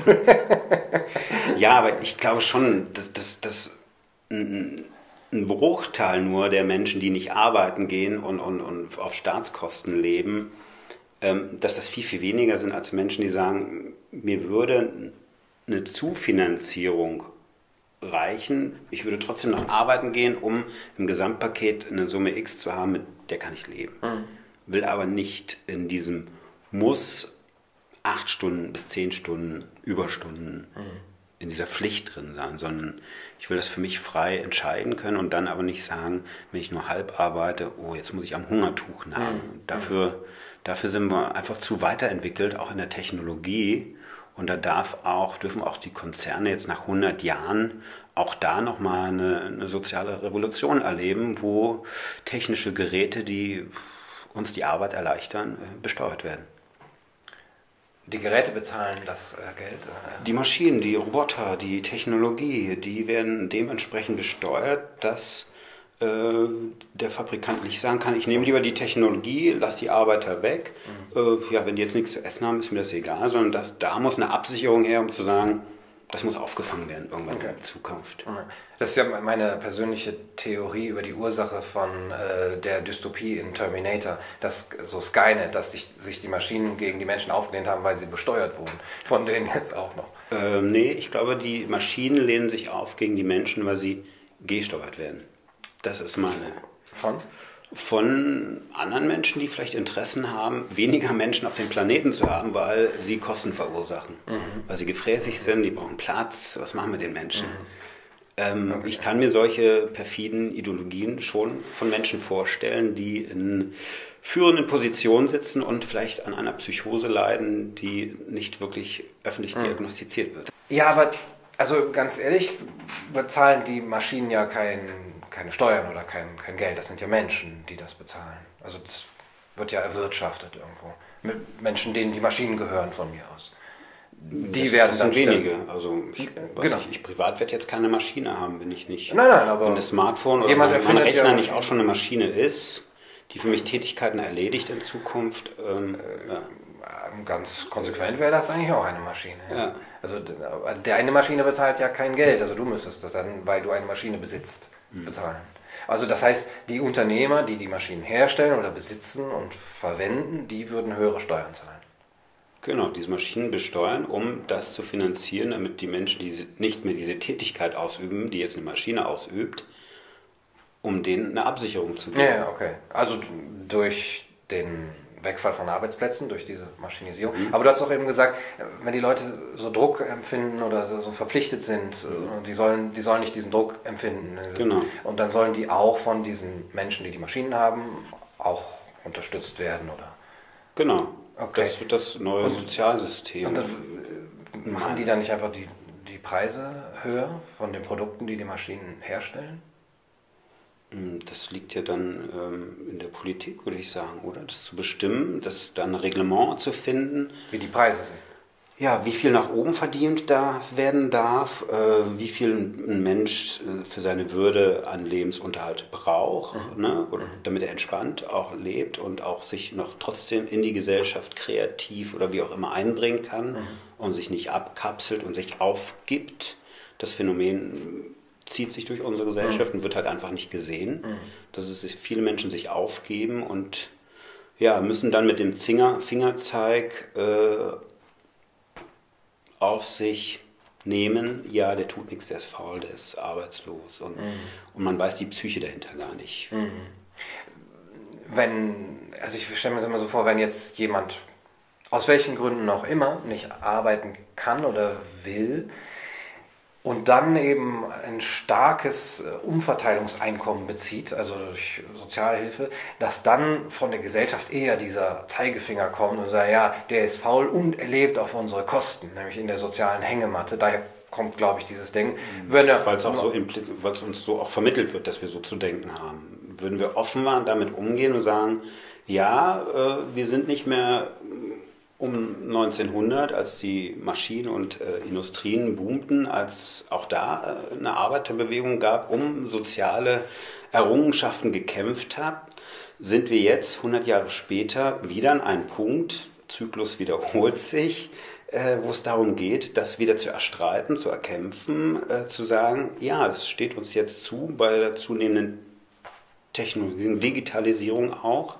Ja, aber ich glaube schon, dass, dass, dass ein, ein Bruchteil nur der Menschen, die nicht arbeiten gehen und, und, und auf Staatskosten leben, ähm, dass das viel, viel weniger sind als Menschen, die sagen, mir würde eine Zufinanzierung reichen. Ich würde trotzdem noch arbeiten gehen, um im Gesamtpaket eine Summe X zu haben, mit der kann ich leben. Mhm. Will aber nicht in diesem Muss acht Stunden bis zehn Stunden Überstunden Mhm. in dieser Pflicht drin sein, sondern ich will das für mich frei entscheiden können und dann aber nicht sagen, wenn ich nur halb arbeite, oh, jetzt muss ich am Hungertuch nagen. Mhm. Dafür, dafür sind wir einfach zu weiterentwickelt, auch in der Technologie. Und da darf auch, dürfen auch die Konzerne jetzt nach hundert Jahren auch da nochmal eine, eine soziale Revolution erleben, wo technische Geräte, die uns die Arbeit erleichtern, besteuert werden. Die Geräte bezahlen das äh, Geld. Äh, Die Maschinen, die Roboter, die Technologie, die werden dementsprechend besteuert, dass äh, der Fabrikant nicht sagen kann, ich nehme lieber die Technologie, lass die Arbeiter weg. Mhm. Äh, ja, wenn die jetzt nichts zu essen haben, ist mir das egal, sondern das, da muss eine Absicherung her, um zu sagen, das muss aufgefangen werden irgendwann Okay. in Zukunft. Das ist ja meine persönliche Theorie über die Ursache von äh, der Dystopie in Terminator, dass so Skynet, dass sich, sich die Maschinen gegen die Menschen aufgelehnt haben, weil sie besteuert wurden. Von denen jetzt auch noch. Ähm, nee, ich glaube, die Maschinen lehnen sich auf gegen die Menschen, weil sie gesteuert werden. Das ist meine... Von? Von anderen Menschen, die vielleicht Interessen haben, weniger Menschen auf dem Planeten zu haben, weil sie Kosten verursachen. Mhm. Weil sie gefräßig sind, die brauchen Platz. Was machen wir den Menschen? Mhm. Ähm, okay. Ich kann mir solche perfiden Ideologien schon von Menschen vorstellen, die in führenden Positionen sitzen und vielleicht an einer Psychose leiden, die nicht wirklich öffentlich mhm. diagnostiziert wird. Ja, aber also ganz ehrlich, bezahlen die Maschinen ja kein... keine Steuern oder kein, kein Geld, das sind ja Menschen, die das bezahlen. Also das wird ja erwirtschaftet irgendwo. Mit Menschen, denen die Maschinen gehören von mir aus. Die das, werden das dann sind wenige. Also ich, genau. ich, ich privat werde jetzt keine Maschine haben, wenn ich nicht. Nein, nein, aber wenn das Smartphone oder jemand mein, mein Rechner ja nicht auch schon eine Maschine ist, die für mich Tätigkeiten erledigt in Zukunft. Ähm, äh, ja. Ganz konsequent wäre das eigentlich auch eine Maschine. Ja. Ja. Also der eine Maschine bezahlt ja kein Geld, also du müsstest das dann, weil du eine Maschine besitzt, bezahlen. Also das heißt, die Unternehmer, die die Maschinen herstellen oder besitzen und verwenden, die würden höhere Steuern zahlen. Genau, diese Maschinen besteuern, um das zu finanzieren, damit die Menschen, die nicht mehr diese Tätigkeit ausüben, die jetzt eine Maschine ausübt, um denen eine Absicherung zu geben. Ja, okay. Also durch den Wegfall von Arbeitsplätzen durch diese Maschinisierung. Mhm. Aber du hast auch eben gesagt, wenn die Leute so Druck empfinden oder so, so verpflichtet sind, mhm. die, sollen, die sollen nicht diesen Druck empfinden. Genau. Und dann sollen die auch von diesen Menschen, die die Maschinen haben, auch unterstützt werden, oder? Genau. Okay. Das wird das neue und, Sozialsystem. Und dann, machen die dann nicht einfach die, die Preise höher von den Produkten, die die Maschinen herstellen? Das liegt ja dann ähm, in der Politik, würde ich sagen, oder? Das zu bestimmen, das dann ein Reglement zu finden. Wie die Preise sind. Ja, wie viel nach oben verdient da werden darf, äh, wie viel ein Mensch für seine Würde an Lebensunterhalt braucht, mhm. ne? Oder, damit er entspannt auch lebt und auch sich noch trotzdem in die Gesellschaft kreativ oder wie auch immer einbringen kann mhm. und sich nicht abkapselt und sich aufgibt. Das Phänomen zieht sich durch unsere Gesellschaft mhm. und wird halt einfach nicht gesehen, mhm. dass es viele Menschen sich aufgeben und ja, müssen dann mit dem Zinger, Fingerzeig äh, auf sich nehmen, ja, der tut nichts, der ist faul, der ist arbeitslos und, mhm. und man weiß die Psyche dahinter gar nicht. Mhm. Wenn, also ich stelle mir das immer so vor, wenn jetzt jemand aus welchen Gründen auch immer nicht arbeiten kann oder will, und dann eben ein starkes Umverteilungseinkommen bezieht, also durch Sozialhilfe, dass dann von der Gesellschaft eher dieser Zeigefinger kommt und sagt, ja, der ist faul und er lebt auf unsere Kosten, nämlich in der sozialen Hängematte. Daher kommt, glaube ich, dieses Ding. Weil es auch so weil es uns so auch vermittelt wird, dass wir so zu denken haben. Würden wir offen damit umgehen und sagen, ja, äh, wir sind nicht mehr um neunzehnhundert, als die Maschinen und äh, Industrien boomten, als auch da äh, eine Arbeiterbewegung gab, um soziale Errungenschaften gekämpft hat, sind wir jetzt hundert Jahre später wieder an einem Punkt, Zyklus wiederholt sich, äh, wo es darum geht, das wieder zu erstreiten, zu erkämpfen, äh, zu sagen, ja, das steht uns jetzt zu, bei der zunehmenden Technologie, Digitalisierung auch.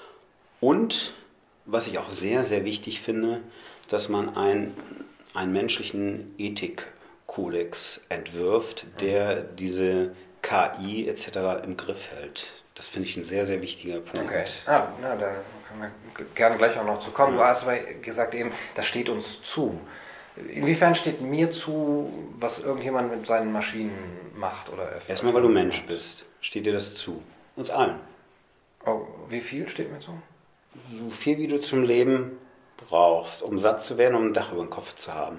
Und was ich auch sehr, sehr wichtig finde, dass man ein, einen menschlichen Ethikkodex entwirft, der diese K I et cetera im Griff hält. Das finde ich ein sehr, sehr wichtiger Punkt. Okay, ah, na, da können wir gerne gleich auch noch zu kommen. Ja. Du hast aber gesagt eben, das steht uns zu. Inwiefern steht mir zu, was irgendjemand mit seinen Maschinen macht oder erfüllt? Erstmal, weil du Mensch bist, steht dir das zu. Uns allen. Oh, wie viel steht mir zu? So viel, wie du zum Leben brauchst, um satt zu werden, um ein Dach über dem Kopf zu haben.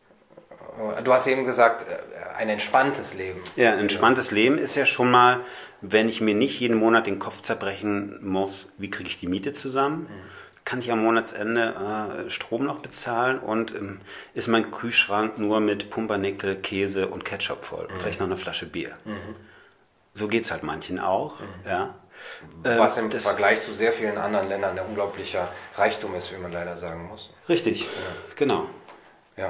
Du hast eben gesagt, ein entspanntes Leben. Ja, ein entspanntes Leben ist ja schon mal, wenn ich mir nicht jeden Monat den Kopf zerbrechen muss, wie kriege ich die Miete zusammen, mhm. kann ich am Monatsende äh, Strom noch bezahlen und ähm, ist mein Kühlschrank nur mit Pumpernickel, Käse und Ketchup voll mhm. und vielleicht noch eine Flasche Bier. Mhm. So geht es halt manchen auch, mhm. ja. Was im das Vergleich zu sehr vielen anderen Ländern ein unglaublicher Reichtum ist, wie man leider sagen muss. Richtig, ja. Genau. Ja.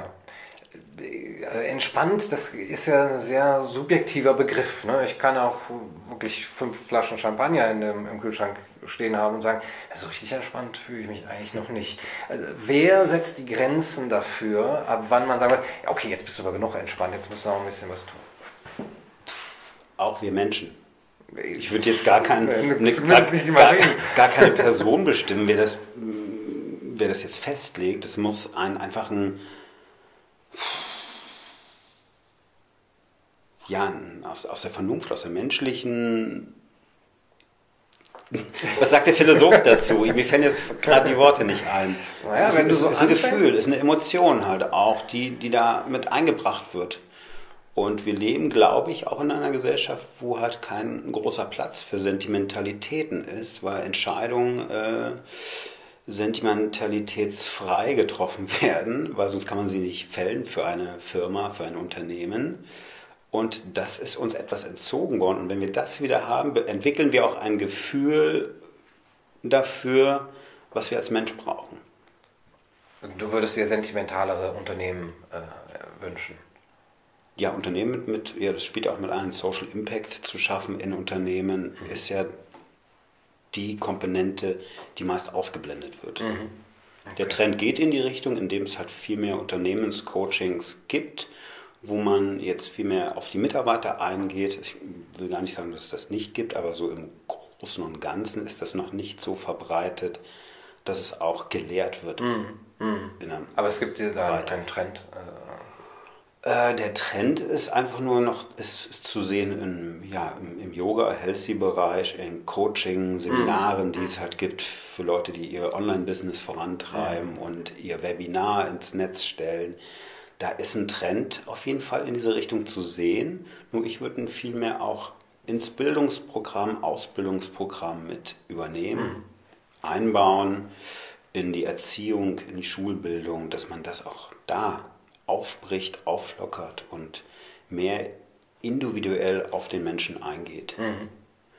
Entspannt, das ist ja ein sehr subjektiver Begriff. Ne? Ich kann auch wirklich fünf Flaschen Champagner in dem, im Kühlschrank stehen haben und sagen, so richtig entspannt fühle ich mich eigentlich noch nicht. Also, wer setzt die Grenzen dafür, ab wann man sagen will, okay, jetzt bist du aber genug entspannt, jetzt musst du noch ein bisschen was tun? Auch wir Menschen. Ich würde jetzt gar, kein, ne, gar, gar, gar keine Person bestimmen, wer das, wer das jetzt festlegt. Es muss ein, einfach ein, ja, aus, aus der Vernunft, aus der menschlichen... Was sagt der Philosoph dazu? Mir fällen jetzt gerade die Worte nicht ein. Naja, es ist, wenn du so ist ein Gefühl, es ist eine Emotion halt auch, die, die da mit eingebracht wird. Und wir leben, glaube ich, auch in einer Gesellschaft, wo halt kein großer Platz für Sentimentalitäten ist, weil Entscheidungen äh, sentimentalitätsfrei getroffen werden, weil sonst kann man sie nicht fällen für eine Firma, für ein Unternehmen. Und das ist uns etwas entzogen worden. Und wenn wir das wieder haben, entwickeln wir auch ein Gefühl dafür, was wir als Mensch brauchen. Du würdest dir sentimentalere Unternehmen äh, wünschen? Ja, Unternehmen mit, mit, ja, das spielt auch mit ein, Social Impact zu schaffen in Unternehmen, mhm. ist ja die Komponente, die meist ausgeblendet wird. Mhm. Okay. Der Trend geht in die Richtung, indem es halt viel mehr Unternehmenscoachings gibt, wo man jetzt viel mehr auf die Mitarbeiter eingeht. Ich will gar nicht sagen, dass es das nicht gibt, aber so im Großen und Ganzen ist das noch nicht so verbreitet, dass es auch gelehrt wird. Mhm. Mhm. Aber es gibt da keinen Trend. Äh, der Trend ist einfach nur noch ist, ist zu sehen im, ja, im, im Yoga, Healthy-Bereich, in Coaching, Seminaren, mhm. die es halt gibt für Leute, die ihr Online-Business vorantreiben mhm. und ihr Webinar ins Netz stellen. Da ist ein Trend auf jeden Fall in diese Richtung zu sehen. Nur ich würde ihn vielmehr auch ins Bildungsprogramm, Ausbildungsprogramm mit übernehmen, mhm. einbauen in die Erziehung, in die Schulbildung, dass man das auch da aufbricht, auflockert und mehr individuell auf den Menschen eingeht. Mhm.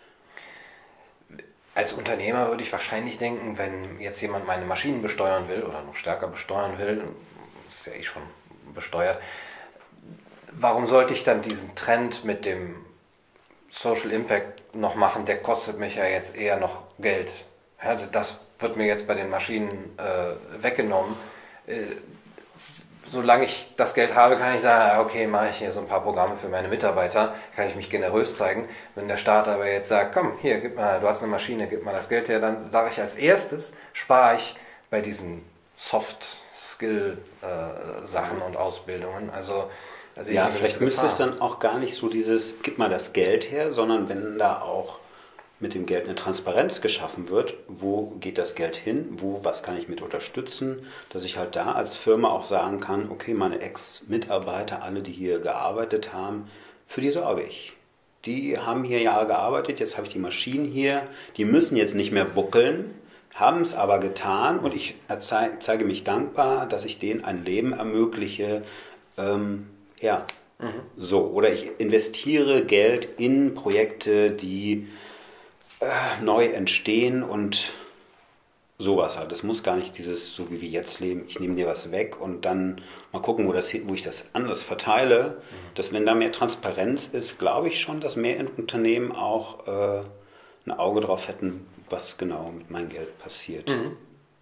Als Unternehmer würde ich wahrscheinlich denken, wenn jetzt jemand meine Maschinen besteuern will oder noch stärker besteuern will, ist ja eh schon besteuert, warum sollte ich dann diesen Trend mit dem Social Impact noch machen? Der kostet mich ja jetzt eher noch Geld. Ja, das wird mir jetzt bei den Maschinen äh, weggenommen. Äh, Solange ich das Geld habe, kann ich sagen, okay, mache ich hier so ein paar Programme für meine Mitarbeiter, kann ich mich generös zeigen. Wenn der Staat aber jetzt sagt, komm, hier, gib mal, du hast eine Maschine, gib mal das Geld her, dann sage ich als erstes, spare ich bei diesen Soft-Skill-Sachen äh, und Ausbildungen. Also, also ja, vielleicht müsste es dann auch gar nicht so dieses, gib mal das Geld her, sondern wenn da auch mit dem Geld eine Transparenz geschaffen wird, wo geht das Geld hin, wo, was kann ich mit unterstützen, dass ich halt da als Firma auch sagen kann, okay, meine Ex-Mitarbeiter, alle, die hier gearbeitet haben, für die sorge ich. Die haben hier Jahre gearbeitet, jetzt habe ich die Maschinen hier, die müssen jetzt nicht mehr buckeln, haben es aber getan und ich zeige mich dankbar, dass ich denen ein Leben ermögliche, ähm, ja, mhm. so, oder ich investiere Geld in Projekte, die neu entstehen und sowas halt. Das muss gar nicht dieses, so wie wir jetzt leben, ich nehme dir was weg und dann mal gucken, wo, das, wo ich das anders verteile. Mhm. Dass wenn da mehr Transparenz ist, glaube ich schon, dass mehr Unternehmen auch äh, ein Auge drauf hätten, was genau mit meinem Geld passiert. Mhm.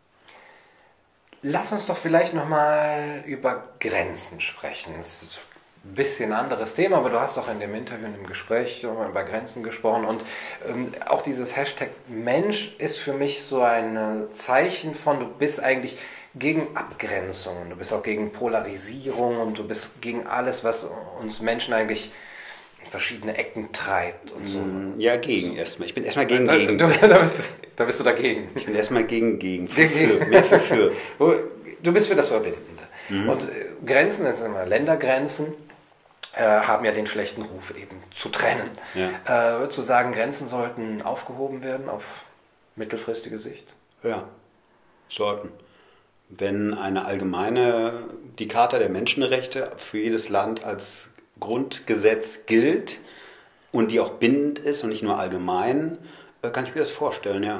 Lass uns doch vielleicht nochmal über Grenzen sprechen. Das ist ein bisschen anderes Thema, aber du hast doch in dem Interview, in dem Gespräch über Grenzen gesprochen und ähm, auch dieses Hashtag Mensch ist für mich so ein Zeichen von, du bist eigentlich gegen Abgrenzungen, du bist auch gegen Polarisierung und du bist gegen alles, was uns Menschen eigentlich in verschiedene Ecken treibt und so. Ja, gegen erstmal. Ich bin erstmal gegen gegen. Du, da, bist, da bist du dagegen. Ich bin erstmal gegen gegen. Für, für, mehr für, für. Du bist für das Verbindende. Mhm. Und äh, Grenzen, das sind immer Ländergrenzen, haben ja den schlechten Ruf eben zu trennen. Ja. Äh, zu sagen, Grenzen sollten aufgehoben werden auf mittelfristige Sicht? Ja, sollten. Wenn eine allgemeine, die Charta der Menschenrechte für jedes Land als Grundgesetz gilt und die auch bindend ist und nicht nur allgemein, kann ich mir das vorstellen, ja.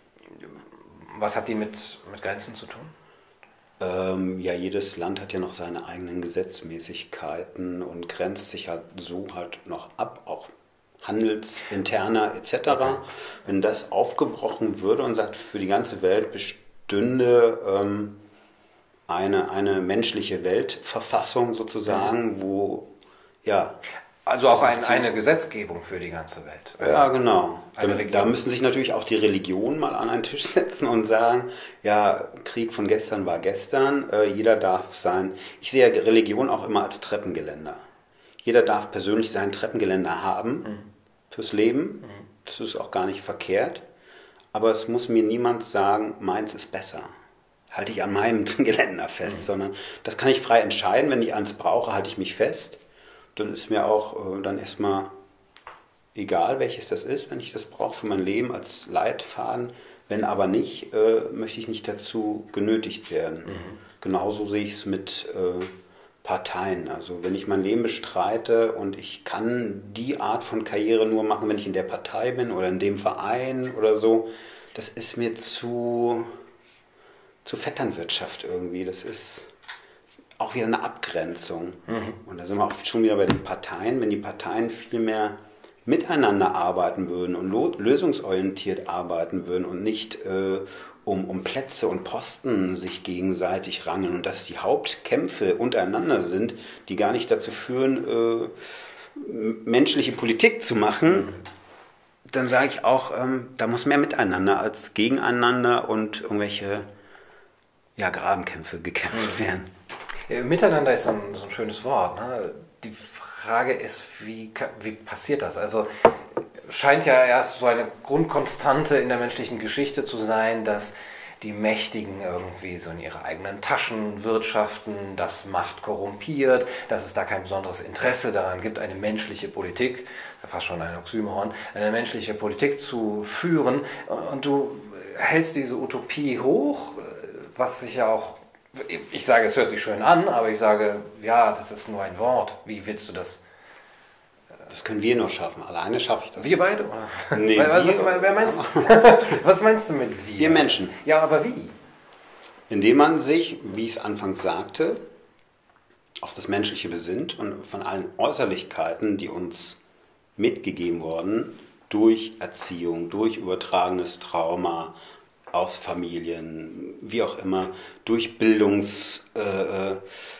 Was hat die mit, mit Grenzen zu tun? Ähm, ja, jedes Land hat ja noch seine eigenen Gesetzmäßigkeiten und grenzt sich halt so halt noch ab, auch handelsinterner et cetera. Okay. Wenn das aufgebrochen würde und sagt, für die ganze Welt bestünde ähm, eine, eine menschliche Weltverfassung sozusagen, mhm. wo, ja... Also auch ein, eine Gesetzgebung für die ganze Welt. Ja, genau. Da, da müssen sich natürlich auch die Religionen mal an einen Tisch setzen und sagen, ja, Krieg von gestern war gestern, äh, jeder darf sein... Ich sehe ja Religion auch immer als Treppengeländer. Jeder darf persönlich sein Treppengeländer haben mhm. fürs Leben. Mhm. Das ist auch gar nicht verkehrt. Aber es muss mir niemand sagen, meins ist besser. Halte ich an meinem Geländer fest, mhm. sondern das kann ich frei entscheiden. Wenn ich eins brauche, halte ich mich fest. Dann ist mir auch äh, dann erstmal egal, welches das ist, wenn ich das brauche für mein Leben als Leitfaden. Wenn aber nicht, äh, möchte ich nicht dazu genötigt werden. Mhm. Genauso sehe ich es mit äh, Parteien. Also wenn ich mein Leben bestreite und ich kann die Art von Karriere nur machen, wenn ich in der Partei bin oder in dem Verein oder so, das ist mir zu, zu Vetternwirtschaft irgendwie. Das ist... auch wieder eine Abgrenzung. Mhm. Und da sind wir auch schon wieder bei den Parteien. Wenn die Parteien viel mehr miteinander arbeiten würden und lösungsorientiert arbeiten würden und nicht äh, um, um Plätze und Posten sich gegenseitig rangeln und dass die Hauptkämpfe untereinander sind, die gar nicht dazu führen, äh, menschliche Politik zu machen, dann sage ich auch, ähm, da muss mehr miteinander als gegeneinander und irgendwelche ja, Grabenkämpfe gekämpft werden. Ja, miteinander ist so ein, so ein schönes Wort. Ne? Die Frage ist, wie, wie passiert das? Also scheint ja erst so eine Grundkonstante in der menschlichen Geschichte zu sein, dass die Mächtigen irgendwie so in ihre eigenen Taschen wirtschaften, dass Macht korrumpiert, dass es da kein besonderes Interesse daran gibt, eine menschliche Politik, das ist ja fast schon ein Oxymoron, eine menschliche Politik zu führen. Und du hältst diese Utopie hoch, was sich ja auch, ich sage, es hört sich schön an, aber ich sage, ja, das ist nur ein Wort. Wie willst du das? Das können wir nur schaffen. Alleine schaffe ich das. Wir beide? Oder? Nee, was, wir, was, wer meinst, was meinst du mit wir? Wir Menschen. Ja, aber wie? Indem man sich, wie ich es anfangs sagte, auf das Menschliche besinnt und von allen Äußerlichkeiten, die uns mitgegeben wurden, durch Erziehung, durch übertragenes Trauma, aus Familien, wie auch immer, durch Bildungsabläufe,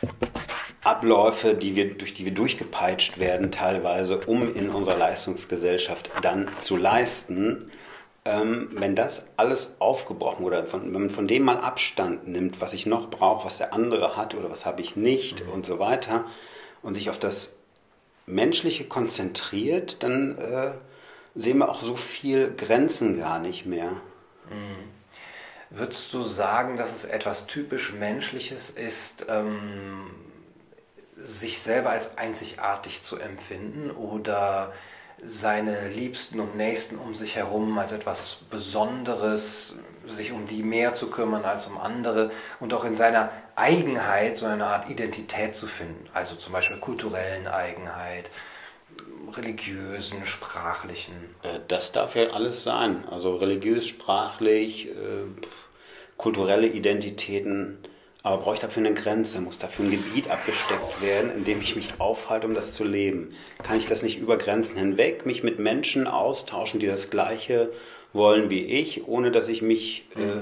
äh, die wir, durch die wir durchgepeitscht werden teilweise, um in unserer Leistungsgesellschaft dann zu leisten. Ähm, wenn das alles aufgebrochen oder von, wenn man von dem mal Abstand nimmt, was ich noch brauche, was der andere hat oder was habe ich nicht mhm. und so weiter und sich auf das Menschliche konzentriert, dann äh, sehen wir auch so viel Grenzen gar nicht mehr. Mhm. Würdest du sagen, dass es etwas typisch Menschliches ist, ähm, sich selber als einzigartig zu empfinden oder seine Liebsten und Nächsten um sich herum als etwas Besonderes, sich um die mehr zu kümmern als um andere und auch in seiner Eigenheit so eine Art Identität zu finden, also zum Beispiel kulturellen Eigenheit, religiösen, sprachlichen? Das darf ja alles sein, also religiös, sprachlich, äh, kulturelle Identitäten, aber brauche ich dafür eine Grenze, muss dafür ein Gebiet abgesteckt werden, in dem ich mich aufhalte, um das zu leben. Kann ich das nicht über Grenzen hinweg, mich mit Menschen austauschen, die das Gleiche wollen wie ich, ohne dass ich mich äh,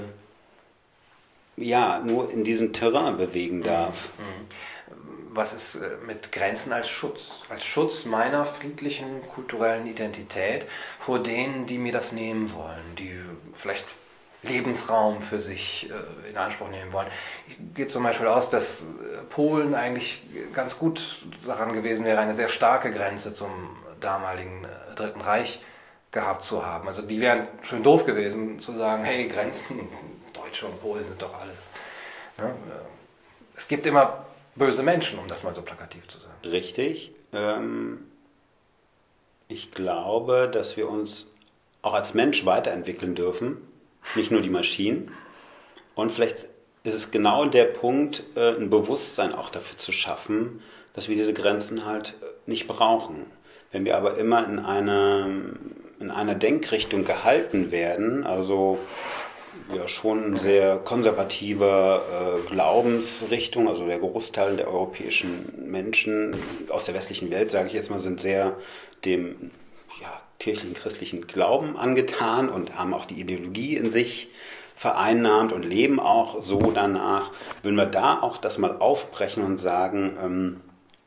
ja, nur in diesem Terrain bewegen darf? Was ist mit Grenzen als Schutz? Als Schutz meiner friedlichen kulturellen Identität vor denen, die mir das nehmen wollen, die vielleicht Lebensraum für sich äh, in Anspruch nehmen wollen. Ich gehe zum Beispiel aus, dass Polen eigentlich ganz gut daran gewesen wäre, eine sehr starke Grenze zum damaligen äh, Dritten Reich gehabt zu haben. Also die wären schön doof gewesen, zu sagen, hey, Grenzen, Deutsche und Polen sind doch alles. Ne? Es gibt immer böse Menschen, um das mal so plakativ zu sagen. Richtig. Ähm, ich glaube, dass wir uns auch als Mensch weiterentwickeln dürfen. Nicht nur die Maschinen. Und vielleicht ist es genau der Punkt, ein Bewusstsein auch dafür zu schaffen, dass wir diese Grenzen halt nicht brauchen. Wenn wir aber immer in einer, in einer Denkrichtung gehalten werden, also ja schon sehr konservativer äh, Glaubensrichtung, also der Großteil der europäischen Menschen aus der westlichen Welt, sage ich jetzt mal, sind sehr dem ja, kirchlichen, christlichen Glauben angetan und haben auch die Ideologie in sich vereinnahmt und leben auch so danach. Würden wir da auch das mal aufbrechen und sagen, ähm,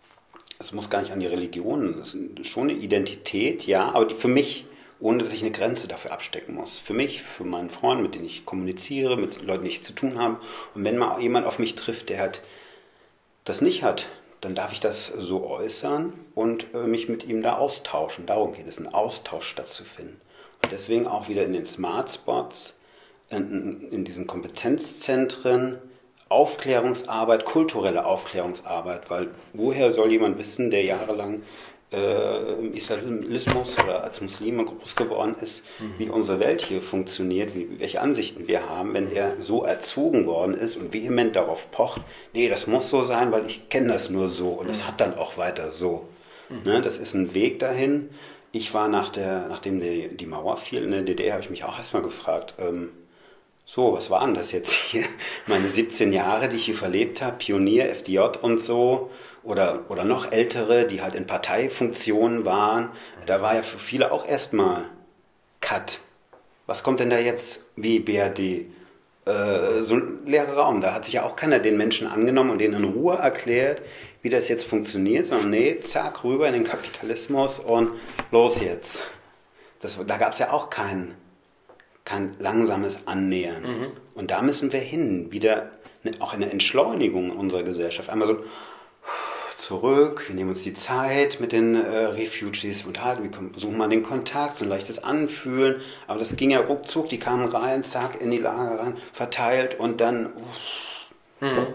es muss gar nicht an die Religion, es ist schon eine Identität, ja, aber die für mich, ohne dass ich eine Grenze dafür abstecken muss. Für mich, für meinen Freund, mit denen ich kommuniziere, mit den Leuten, die ich zu tun habe. Und wenn mal jemand auf mich trifft, der halt das nicht hat, dann darf ich das so äußern und äh, mich mit ihm da austauschen. Darum geht es, einen Austausch stattzufinden. Und deswegen auch wieder in den Smart Spots, in, in diesen Kompetenzzentren, Aufklärungsarbeit, kulturelle Aufklärungsarbeit, weil woher soll jemand wissen, der jahrelang äh, im Islamismus oder als Muslime groß geworden ist, mhm. wie unsere Welt hier funktioniert, wie, welche Ansichten wir haben, wenn er so erzogen worden ist und vehement darauf pocht, nee, das muss so sein, weil ich kenne das nur so und es mhm. hat dann auch weiter so. Mhm. Ne, das ist ein Weg dahin. Ich war nach der, nachdem die, die Mauer fiel in der D D R, habe ich mich auch erstmal gefragt, ähm, so, was waren das jetzt hier? Meine siebzehn Jahre, die ich hier verlebt habe, Pionier, F D J und so, oder, oder noch ältere, die halt in Parteifunktionen waren. Da war ja für viele auch erstmal Cut. Was kommt denn da jetzt wie B R D? Äh, so ein leerer Raum. Da hat sich ja auch keiner den Menschen angenommen und denen in Ruhe erklärt, wie das jetzt funktioniert, sondern nee, zack, rüber in den Kapitalismus und los jetzt. Das, da gab es ja auch kein, kein langsames Annähern. Mhm. Und da müssen wir hin, wieder eine, auch eine Entschleunigung unserer Gesellschaft. Einmal so zurück, wir nehmen uns die Zeit mit den äh, Refugees und halt, wir suchen mal den Kontakt, so ein leichtes Anfühlen. Aber das ging ja ruckzuck, die kamen rein, zack, in die Lager rein, verteilt und dann... Mhm.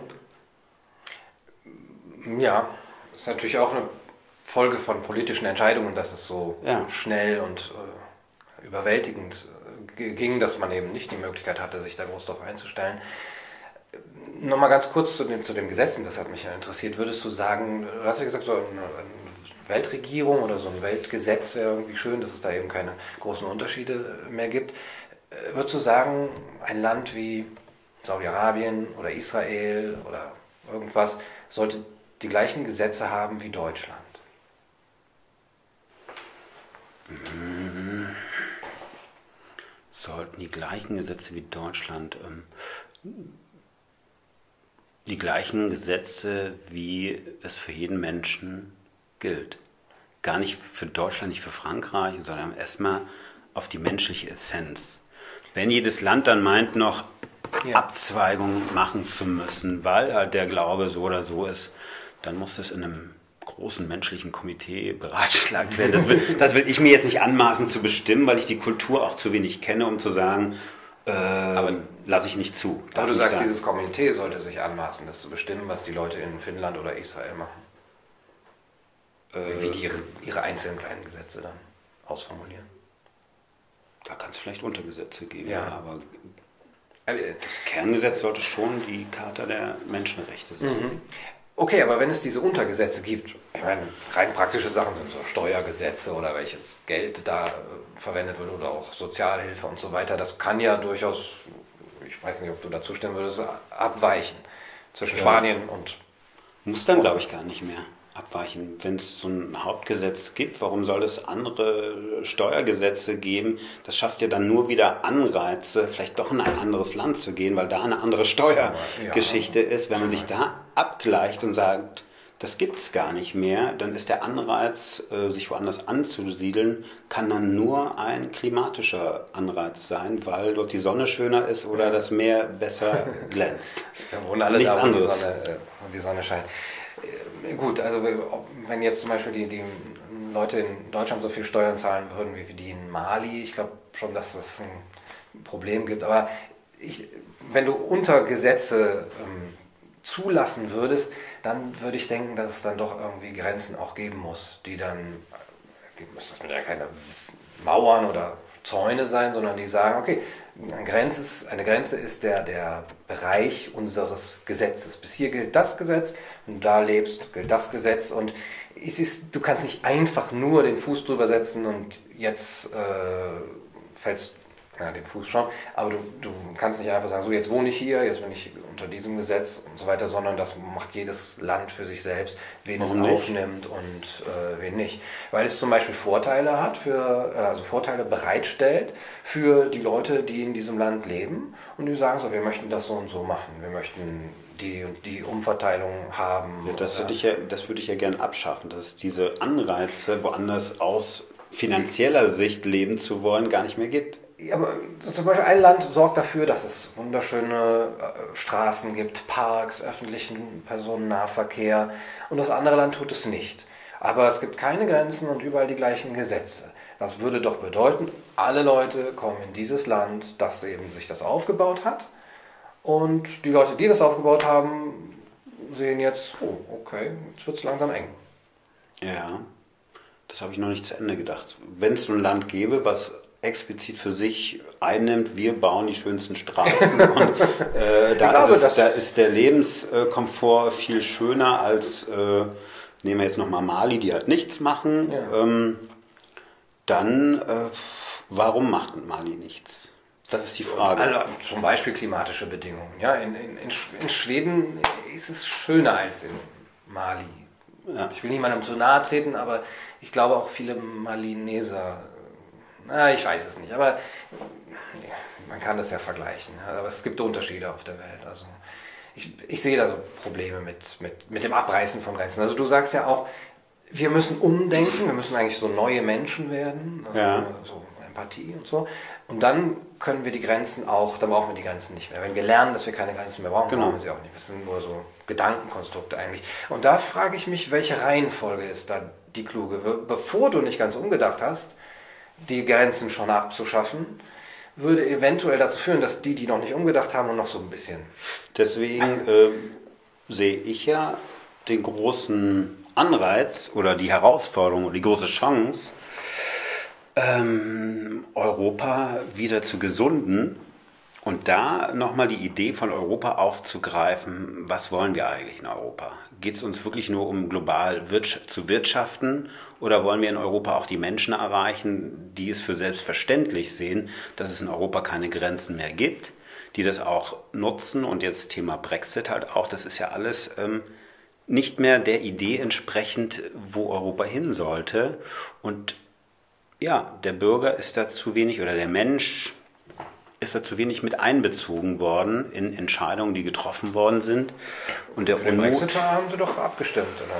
Ja, das ist natürlich auch eine Folge von politischen Entscheidungen, dass es so ja. schnell und äh, überwältigend äh, ging, dass man eben nicht die Möglichkeit hatte, sich da groß drauf einzustellen. Nochmal ganz kurz zu dem, zu dem Gesetzen, das hat mich ja interessiert. Würdest du sagen, du hast ja gesagt, so eine, eine Weltregierung oder so ein Weltgesetz wäre irgendwie schön, dass es da eben keine großen Unterschiede mehr gibt. Würdest du sagen, ein Land wie Saudi-Arabien oder Israel oder irgendwas sollte die gleichen Gesetze haben wie Deutschland? Sollten die gleichen Gesetze wie Deutschland, ähm, die gleichen Gesetze, wie es für jeden Menschen gilt. Gar nicht für Deutschland, nicht für Frankreich, sondern erstmal auf die menschliche Essenz. Wenn jedes Land dann meint, noch ja. Abzweigungen machen zu müssen, weil halt der Glaube so oder so ist, dann muss das in einem großen menschlichen Komitee beratschlagt werden. Das will, das will ich mir jetzt nicht anmaßen zu bestimmen, weil ich die Kultur auch zu wenig kenne, um zu sagen, äh, aber lasse ich nicht zu. Aber du sagst, sagen. Dieses Komitee sollte sich anmaßen, das zu bestimmen, was die Leute in Finnland oder Israel machen. Äh, Wie die ihre, ihre einzelnen kleinen Gesetze dann ausformulieren. Da kann es vielleicht Untergesetze geben, ja. aber das Kerngesetz sollte schon die Charta der Menschenrechte sein. Mhm. Okay, aber wenn es diese Untergesetze gibt, ich meine, rein praktische Sachen sind so Steuergesetze oder welches Geld da äh, verwendet wird oder auch Sozialhilfe und so weiter, das kann ja durchaus, ich weiß nicht, ob du da zustimmen würdest, abweichen zwischen ja. Spanien und... Muss dann, glaube ich, gar nicht mehr abweichen. Wenn es so ein Hauptgesetz gibt, warum soll es andere Steuergesetze geben? Das schafft ja dann nur wieder Anreize, vielleicht doch in ein anderes Land zu gehen, weil da eine andere Steuergeschichte ja, ist. Wenn man sich da abgleicht und sagt, das gibt es gar nicht mehr, dann ist der Anreiz, sich woanders anzusiedeln, kann dann nur ein klimatischer Anreiz sein, weil dort die Sonne schöner ist oder das Meer besser glänzt. Ja, wo alle Nichts da, wo anderes. Die Sonne, wo die Sonne scheint. Gut, also wenn jetzt zum Beispiel die, die Leute in Deutschland so viel Steuern zahlen würden wie die in Mali, ich glaube schon, dass das ein Problem gibt, aber ich, wenn du Untergesetze ähm, zulassen würdest, dann würde ich denken, dass es dann doch irgendwie Grenzen auch geben muss, die dann, das müssen ja keine Mauern oder Zäune sein, sondern die sagen, okay, eine Grenze ist, eine Grenze ist der, der Bereich unseres Gesetzes. Bis hier gilt das Gesetz und da lebst, gilt das Gesetz. Und es ist, du kannst nicht einfach nur den Fuß drüber setzen und jetzt äh, fällst ja, den Fuß schon, aber du, du kannst nicht einfach sagen, so jetzt wohne ich hier, jetzt bin ich unter diesem Gesetz und so weiter, sondern das macht jedes Land für sich selbst, wen Warum es nicht? aufnimmt und äh, wen nicht. Weil es zum Beispiel Vorteile hat, für, also Vorteile bereitstellt für die Leute, die in diesem Land leben und die sagen so, wir möchten das so und so machen, wir möchten die und die Umverteilung haben. Ja, das, würde ich ja, das würde ich ja gern abschaffen, dass es diese Anreize, woanders aus finanzieller Sicht leben zu wollen, gar nicht mehr gibt. Ja, aber zum Beispiel ein Land sorgt dafür, dass es wunderschöne äh, Straßen gibt, Parks, öffentlichen Personennahverkehr und das andere Land tut es nicht. Aber es gibt keine Grenzen und überall die gleichen Gesetze. Das würde doch bedeuten, alle Leute kommen in dieses Land, das eben sich das aufgebaut hat und die Leute, die das aufgebaut haben, sehen jetzt, oh, okay, jetzt wird es langsam eng. Ja, das habe ich noch nicht zu Ende gedacht. Wenn es so ein Land gäbe, was explizit für sich einnimmt, wir bauen die schönsten Straßen und äh, da, glaube, ist es, da ist der Lebenskomfort viel schöner als, äh, nehmen wir jetzt nochmal Mali, die halt nichts machen, ja. ähm, dann äh, warum macht Mali nichts? Das ist die Frage. Also, zum Beispiel klimatische Bedingungen. Ja, in, in, in Schweden ist es schöner als in Mali. Ja. Ich will niemandem zu nahe treten, aber ich glaube auch viele Malineser, na, ich weiß es nicht, aber man kann das ja vergleichen. Aber es gibt Unterschiede auf der Welt. Also ich, ich sehe da so Probleme mit, mit, mit dem Abreißen von Grenzen. Also du sagst ja auch, wir müssen umdenken, wir müssen eigentlich so neue Menschen werden. Also ja. so Empathie und so. Und dann können wir die Grenzen auch, dann brauchen wir die Grenzen nicht mehr. Wenn wir lernen, dass wir keine Grenzen mehr brauchen, genau. brauchen wir sie auch nicht. Das sind nur so Gedankenkonstrukte eigentlich. Und da frage ich mich, welche Reihenfolge ist da die kluge? Bevor du nicht ganz umgedacht hast, die Grenzen schon abzuschaffen, würde eventuell dazu führen, dass die, die noch nicht umgedacht haben, nur noch so ein bisschen... Deswegen äh, sehe ich ja den großen Anreiz oder die Herausforderung oder die große Chance, ähm, Europa wieder zu gesunden und da nochmal die Idee von Europa aufzugreifen, was wollen wir eigentlich in Europa? Geht es uns wirklich nur um global wirtsch- zu wirtschaften oder wollen wir in Europa auch die Menschen erreichen, die es für selbstverständlich sehen, dass es in Europa keine Grenzen mehr gibt, die das auch nutzen und jetzt Thema Brexit halt auch, das ist ja alles ähm, nicht mehr der Idee entsprechend, wo Europa hin sollte und ja, der Bürger ist da zu wenig oder der Mensch ist da zu wenig mit einbezogen worden in Entscheidungen, die getroffen worden sind. Und der Für den Unmut, Brexit haben sie doch abgestimmt, oder?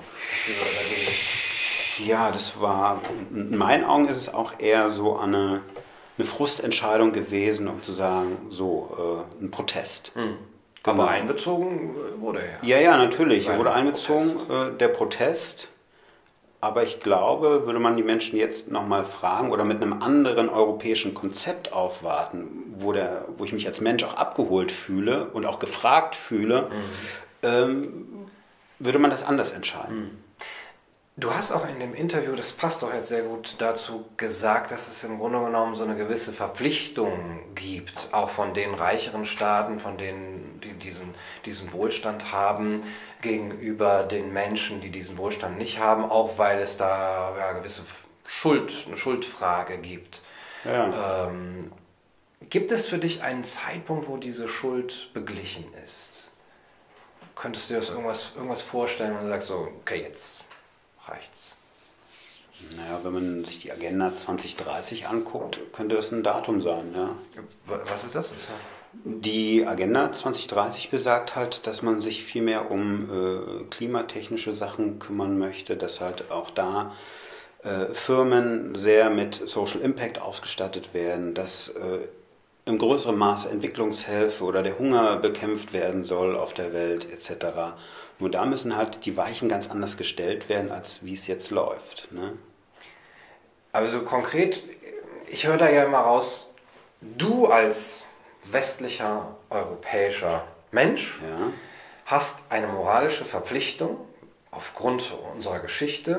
ja, das war, in meinen Augen ist es auch eher so eine, eine Frustentscheidung gewesen, um zu sagen, so, äh, ein Protest. Hm. Genau. Aber einbezogen wurde er. Ja, ja, natürlich, er Weil wurde einbezogen, Protest. äh, der Protest. Aber ich glaube, würde man die Menschen jetzt nochmal fragen oder mit einem anderen europäischen Konzept aufwarten, wo, der, wo ich mich als Mensch auch abgeholt fühle und auch gefragt fühle, mhm. ähm, würde man das anders entscheiden. Mhm. Du hast auch in dem Interview, das passt doch jetzt sehr gut dazu, gesagt, dass es im Grunde genommen so eine gewisse Verpflichtung gibt, auch von den reicheren Staaten, von denen, die diesen, diesen Wohlstand haben, gegenüber den Menschen, die diesen Wohlstand nicht haben, auch weil es da ja, gewisse Schuld, eine Schuldfrage gibt. Ja. Ähm, gibt es für dich einen Zeitpunkt, wo diese Schuld beglichen ist? Könntest du dir das irgendwas, irgendwas vorstellen, wenn du sagst, so, okay, jetzt reicht's? Naja, wenn man sich die Agenda zwanzig dreißig anguckt, könnte das ein Datum sein, ja. Was ist das? Die Agenda zwanzig dreißig besagt halt, dass man sich viel mehr um äh, klimatechnische Sachen kümmern möchte, dass halt auch da äh, Firmen sehr mit Social Impact ausgestattet werden, dass äh, im größeren Maße Entwicklungshilfe oder der Hunger bekämpft werden soll auf der Welt et cetera. Nur da müssen halt die Weichen ganz anders gestellt werden, als wie es jetzt läuft. Ne? Also konkret, ich höre da ja immer raus, du als westlicher, europäischer Mensch ja. hast eine moralische Verpflichtung, aufgrund unserer Geschichte,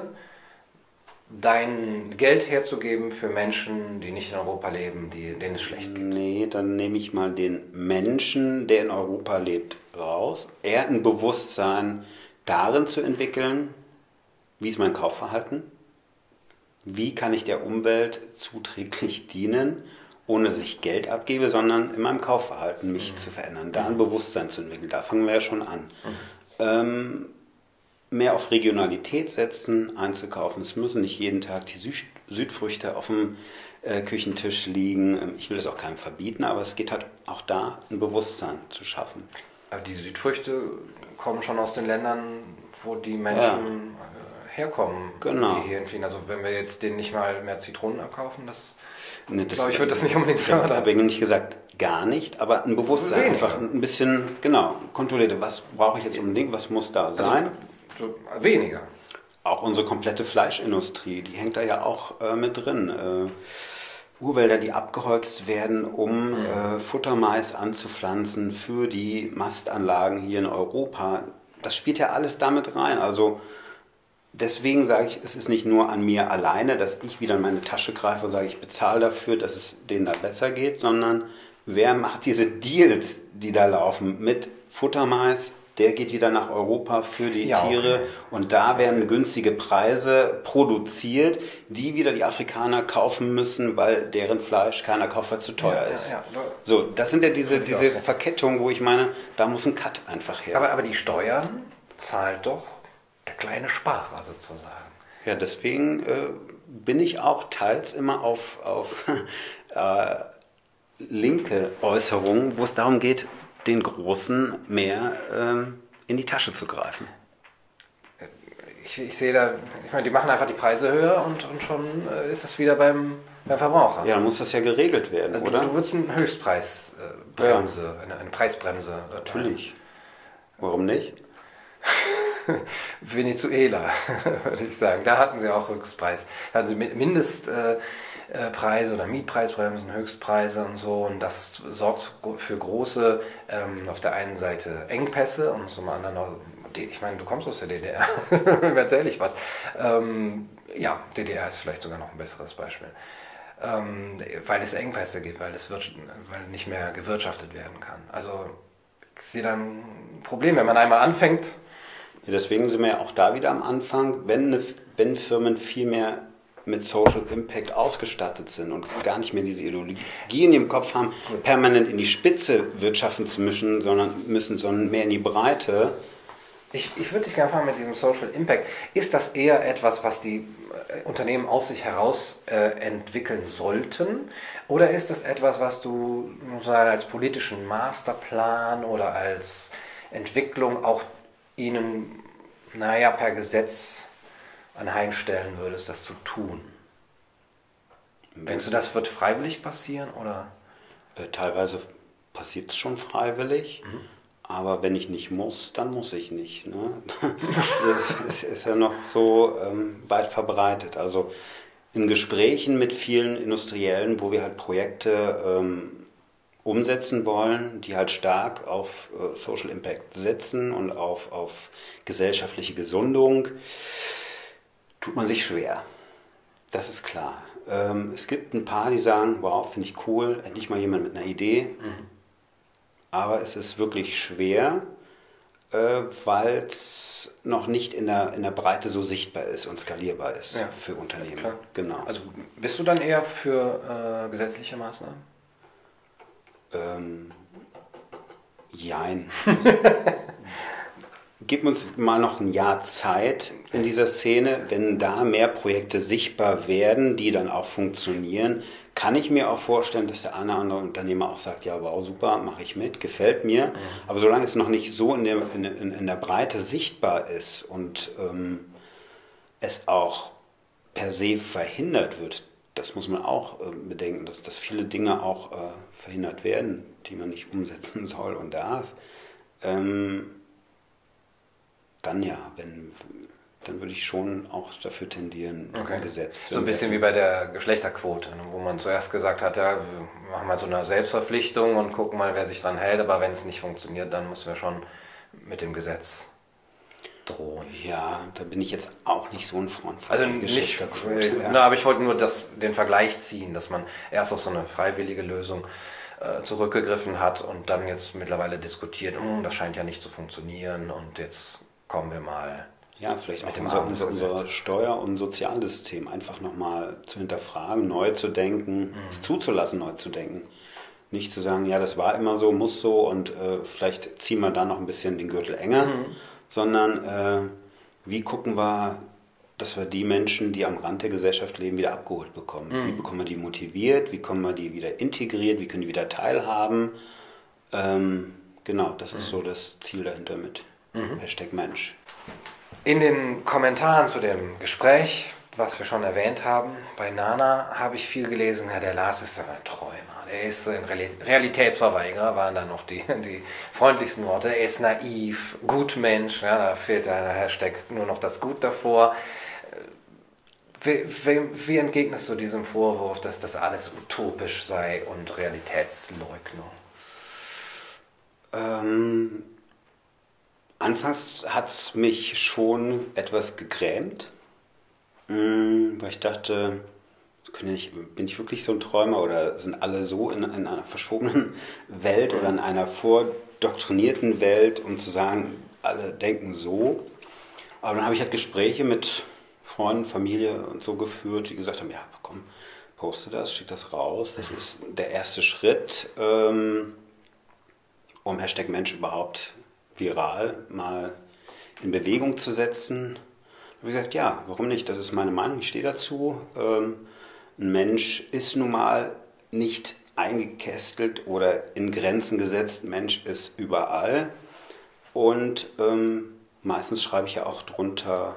dein Geld herzugeben für Menschen, die nicht in Europa leben, die, denen es schlecht geht. Nee, dann nehme ich mal den Menschen, der in Europa lebt, raus. Eher ein Bewusstsein darin zu entwickeln, wie ist mein Kaufverhalten, wie kann ich der Umwelt zuträglich dienen, ohne dass ich Geld abgebe, sondern in meinem Kaufverhalten mich mhm. zu verändern, da ein Bewusstsein zu entwickeln. Da fangen wir ja schon an. Mhm. Ähm, mehr auf Regionalität setzen, einzukaufen. Es müssen nicht jeden Tag die Süd Südfrüchte auf dem äh, Küchentisch liegen. Ich will das auch keinem verbieten, aber es geht halt auch da, ein Bewusstsein zu schaffen. Aber die Südfrüchte kommen schon aus den Ländern, wo die Menschen ja. äh, herkommen, genau. die hier entfliehen. Also wenn wir jetzt denen nicht mal mehr Zitronen abkaufen, das, nee, das glaube ich, wird das nicht unbedingt fördern. Ja, habe ich nicht gesagt, gar nicht, aber ein Bewusstsein, weniger. Einfach ein bisschen, genau, kontrolliert, was brauche ich jetzt unbedingt, was muss da sein. Also, weniger. Auch unsere komplette Fleischindustrie, die hängt da ja auch äh, mit drin. Äh, Urwälder, die abgeholzt werden, um mhm. äh, Futtermais anzupflanzen für die Mastanlagen hier in Europa. Das spielt ja alles damit rein. Also deswegen sage ich, es ist nicht nur an mir alleine, dass ich wieder in meine Tasche greife und sage, ich bezahle dafür, dass es denen da besser geht, sondern wer macht diese Deals, die da laufen mit Futtermais? Der geht wieder nach Europa für die ja, Tiere okay. und da werden günstige Preise produziert, die wieder die Afrikaner kaufen müssen, weil deren Fleisch keiner kauft, weil es zu teuer ja, ist. Ja, ja. So, das sind ja diese, diese Verkettung, wo ich meine, da muss ein Cut einfach her. Aber, aber die Steuern zahlt doch der kleine Sparer sozusagen. Ja, deswegen äh, bin ich auch teils immer auf, auf äh, linke Äußerungen, wo es darum geht, den Großen mehr ähm, in die Tasche zu greifen. ich, ich sehe da, ich meine, die machen einfach die Preise höher und, und schon äh, ist es wieder beim, beim Verbraucher. Ja, dann muss das ja geregelt werden, du, oder? Du würdest eine Höchstpreisbremse, ja. eine, eine Preisbremse. Natürlich. Warum nicht? Venezuela, würde ich sagen. Da hatten sie auch Höchstpreis. Da hatten sie Mindestpreise oder Mietpreisbremsen, Höchstpreise und so. Und das sorgt für große, ähm, auf der einen Seite Engpässe und zum anderen auch, ich meine, du kommst aus der D D R, erzähle ich was. Ähm, ja, D D R ist vielleicht sogar noch ein besseres Beispiel. Ähm, weil es Engpässe gibt, weil es wird, weil nicht mehr gewirtschaftet werden kann. Also ich sehe dann ein Problem, wenn man einmal anfängt. Ja, deswegen sind wir ja auch da wieder am Anfang, wenn, eine, wenn Firmen viel mehr mit Social Impact ausgestattet sind und gar nicht mehr diese Ideologien im Kopf haben, permanent in die Spitze wirtschaften zu müssen, sondern müssen, sondern mehr in die Breite. Ich, ich würde dich gerne fragen mit diesem Social Impact, ist das eher etwas, was die Unternehmen aus sich heraus äh, entwickeln sollten? Oder ist das etwas, was du sagen, als politischen Masterplan oder als Entwicklung auch ihnen, naja, per Gesetz anheimstellen würdest, das zu tun? Denkst du, das wird freiwillig passieren? Oder? Äh, teilweise passiert es schon freiwillig. Mhm. Aber wenn ich nicht muss, dann muss ich nicht. Ne? Das ist, ist ja noch so ähm, weit verbreitet. Also in Gesprächen mit vielen Industriellen, wo wir halt Projekte ähm, umsetzen wollen, die halt stark auf äh, Social Impact setzen und auf, auf gesellschaftliche Gesundung, tut man sich schwer. Das ist klar. Ähm, es gibt ein paar, die sagen, wow, finde ich cool, endlich mal jemand mit einer Idee. Mhm. Aber es ist wirklich schwer, äh, weil es noch nicht in der, in der Breite so sichtbar ist und skalierbar ist, ja, für Unternehmen. Klar. Genau. Also bist du dann eher für äh, gesetzliche Maßnahmen? Ähm, jein. Gib uns mal noch ein Jahr Zeit in dieser Szene. Wenn da mehr Projekte sichtbar werden, die dann auch funktionieren, kann ich mir auch vorstellen, dass der eine oder andere Unternehmer auch sagt, ja, wow, super, mache ich mit, gefällt mir. Mhm. Aber solange es noch nicht so in der, in, in der Breite sichtbar ist und ähm, es auch per se verhindert wird, das muss man auch äh, bedenken, dass, dass viele Dinge auch äh, verhindert werden, die man nicht umsetzen soll und darf. Ähm, dann ja, wenn... dann würde ich schon auch dafür tendieren, okay, ein Gesetz zu so ein bisschen wie bei der Geschlechterquote, wo man zuerst gesagt hat, ja, wir machen mal so eine Selbstverpflichtung und gucken mal, wer sich dran hält, aber wenn es nicht funktioniert, dann müssen wir schon mit dem Gesetz drohen. Ja, da bin ich jetzt auch nicht so ein Freund von also Geschlechterquote. Nicht, ja. Na, aber ich wollte nur das, den Vergleich ziehen, dass man erst auf so eine freiwillige Lösung äh, zurückgegriffen hat und dann jetzt mittlerweile diskutiert, hm, das scheint ja nicht zu funktionieren und jetzt kommen wir mal... Ja, vielleicht auch unser, unser, unser Steuer- und Sozialsystem einfach nochmal zu hinterfragen, neu zu denken, mhm. es zuzulassen, neu zu denken. Nicht zu sagen, ja, das war immer so, muss so und äh, vielleicht ziehen wir da noch ein bisschen den Gürtel enger, mhm. sondern äh, wie gucken wir, dass wir die Menschen, die am Rand der Gesellschaft leben, wieder abgeholt bekommen. Mhm. Wie bekommen wir die motiviert, wie kommen wir die wieder integriert, wie können die wieder teilhaben. Ähm, genau, das mhm. ist so das Ziel dahinter mit mhm. Hashtag Mensch. In den Kommentaren zu dem Gespräch, was wir schon erwähnt haben, bei Nana habe ich viel gelesen, ja, der Lars ist ein Träumer, der ist ein Realitätsverweigerer, waren dann noch die, die freundlichsten Worte, er ist naiv, Gutmensch, ja, da fehlt der Hashtag nur noch das Gut davor. Wie, wie, wie entgegnest du diesem Vorwurf, dass das alles utopisch sei und Realitätsleugnung? Ähm... Anfangs hat es mich schon etwas gegrämt, weil ich dachte, bin ich wirklich so ein Träumer oder sind alle so in, in einer verschobenen Welt oder in einer vordoktrinierten Welt, um zu sagen, alle denken so. Aber dann habe ich halt Gespräche mit Freunden, Familie und so geführt, die gesagt haben, ja komm, poste das, schick das raus. Das ist der erste Schritt, um Hashtag Mensch überhaupt viral mal in Bewegung zu setzen. Da habe ich gesagt, ja, warum nicht? Das ist meine Meinung, ich stehe dazu. Ähm, ein Mensch ist nun mal nicht eingekästelt oder in Grenzen gesetzt. Ein Mensch ist überall. Und ähm, meistens schreibe ich ja auch drunter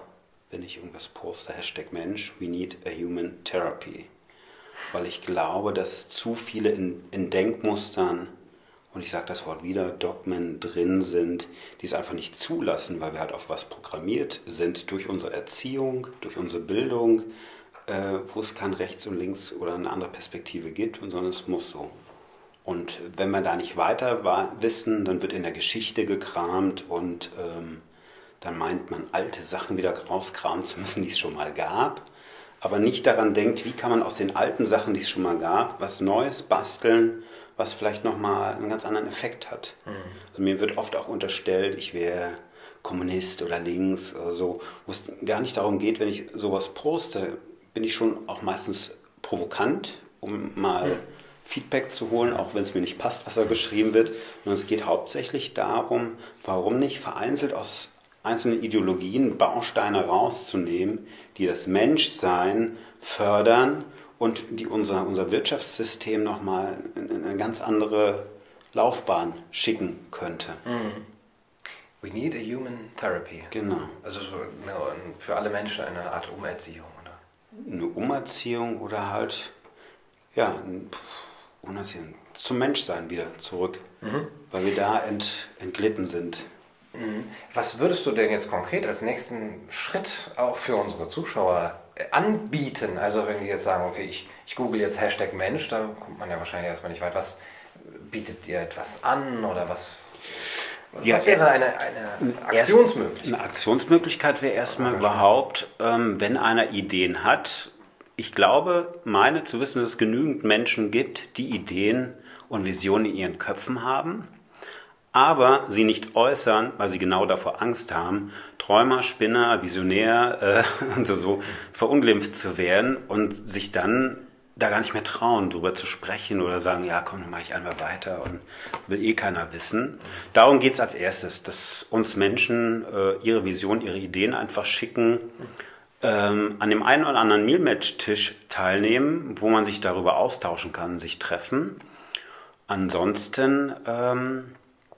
wenn ich irgendwas poste, Hashtag Mensch, we need a human therapy. Weil ich glaube, dass zu viele in, in Denkmustern, und ich sage das Wort wieder, Dogmen drin sind, die es einfach nicht zulassen, weil wir halt auf was programmiert sind, durch unsere Erziehung, durch unsere Bildung, äh, wo es kein Rechts und Links oder eine andere Perspektive gibt, sondern es muss so. Und wenn wir da nicht weiter wissen, dann wird in der Geschichte gekramt und ähm, dann meint man, alte Sachen wieder rauskramen zu müssen, die es schon mal gab, aber nicht daran denkt, wie kann man aus den alten Sachen, die es schon mal gab, was Neues basteln, was vielleicht nochmal einen ganz anderen Effekt hat. Mhm. Also mir wird oft auch unterstellt, ich wäre Kommunist oder links oder so, wo es gar nicht darum geht, wenn ich sowas poste, bin ich schon auch meistens provokant, um mal mhm. Feedback zu holen, auch wenn es mir nicht passt, was da geschrieben wird. Und es geht hauptsächlich darum, warum nicht vereinzelt aus einzelnen Ideologien Bausteine rauszunehmen, die das Menschsein fördern und die unser, unser Wirtschaftssystem nochmal in, in eine ganz andere Laufbahn schicken könnte. Mm. We need a human therapy. Genau. Also so eine, für alle Menschen eine Art Umerziehung, oder? Eine Umerziehung oder halt, ja, Umerziehung zum Menschsein wieder zurück, mhm. weil wir da ent, entglitten sind. Was würdest du denn jetzt konkret als nächsten Schritt auch für unsere Zuschauer anbieten? Also wenn die jetzt sagen, okay, ich, ich google jetzt Hashtag Mensch, da kommt man ja wahrscheinlich erstmal nicht weit. Was bietet ihr etwas an oder was, was ja, wäre eine, eine Aktionsmöglichkeit? Eine Aktionsmöglichkeit wäre erstmal überhaupt, ähm, wenn einer Ideen hat. Ich glaube, meine zu wissen, dass es genügend Menschen gibt, die Ideen und Visionen in ihren Köpfen haben, aber sie nicht äußern, weil sie genau davor Angst haben, Träumer, Spinner, Visionär äh, und so verunglimpft zu werden und sich dann da gar nicht mehr trauen, darüber zu sprechen oder sagen, ja komm, dann mache ich einmal weiter und will eh keiner wissen. Darum geht es als erstes, dass uns Menschen äh, ihre Vision, ihre Ideen einfach schicken, ähm, an dem einen oder anderen Mealmatch-Tisch teilnehmen, wo man sich darüber austauschen kann, sich treffen. Ansonsten ähm,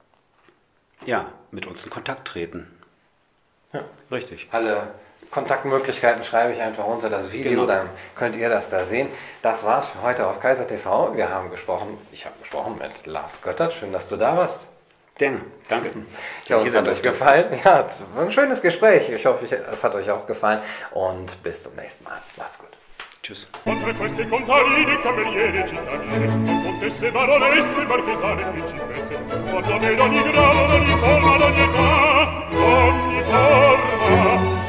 ja, mit uns in Kontakt treten. Ja. Richtig. Alle Kontaktmöglichkeiten schreibe ich einfach unter das Video, genau. Dann könnt ihr das da sehen. Das war's für heute auf Kaiser T V. Wir haben gesprochen, ich habe gesprochen mit Lars Göttert. Schön, dass du da warst. Danke. Danke. Ich hoffe, es hat euch gefallen. Ja, es war ein schönes Gespräch. Ich hoffe, es hat euch auch gefallen. Und bis zum nächsten Mal. Macht's gut. Tschüss. Oltre queste contadine, cameriere, cittadine, con contesse, baronesse, marchesane e principesse, quando vedo ogni grado, ogni forma, ogni età, ogni forma,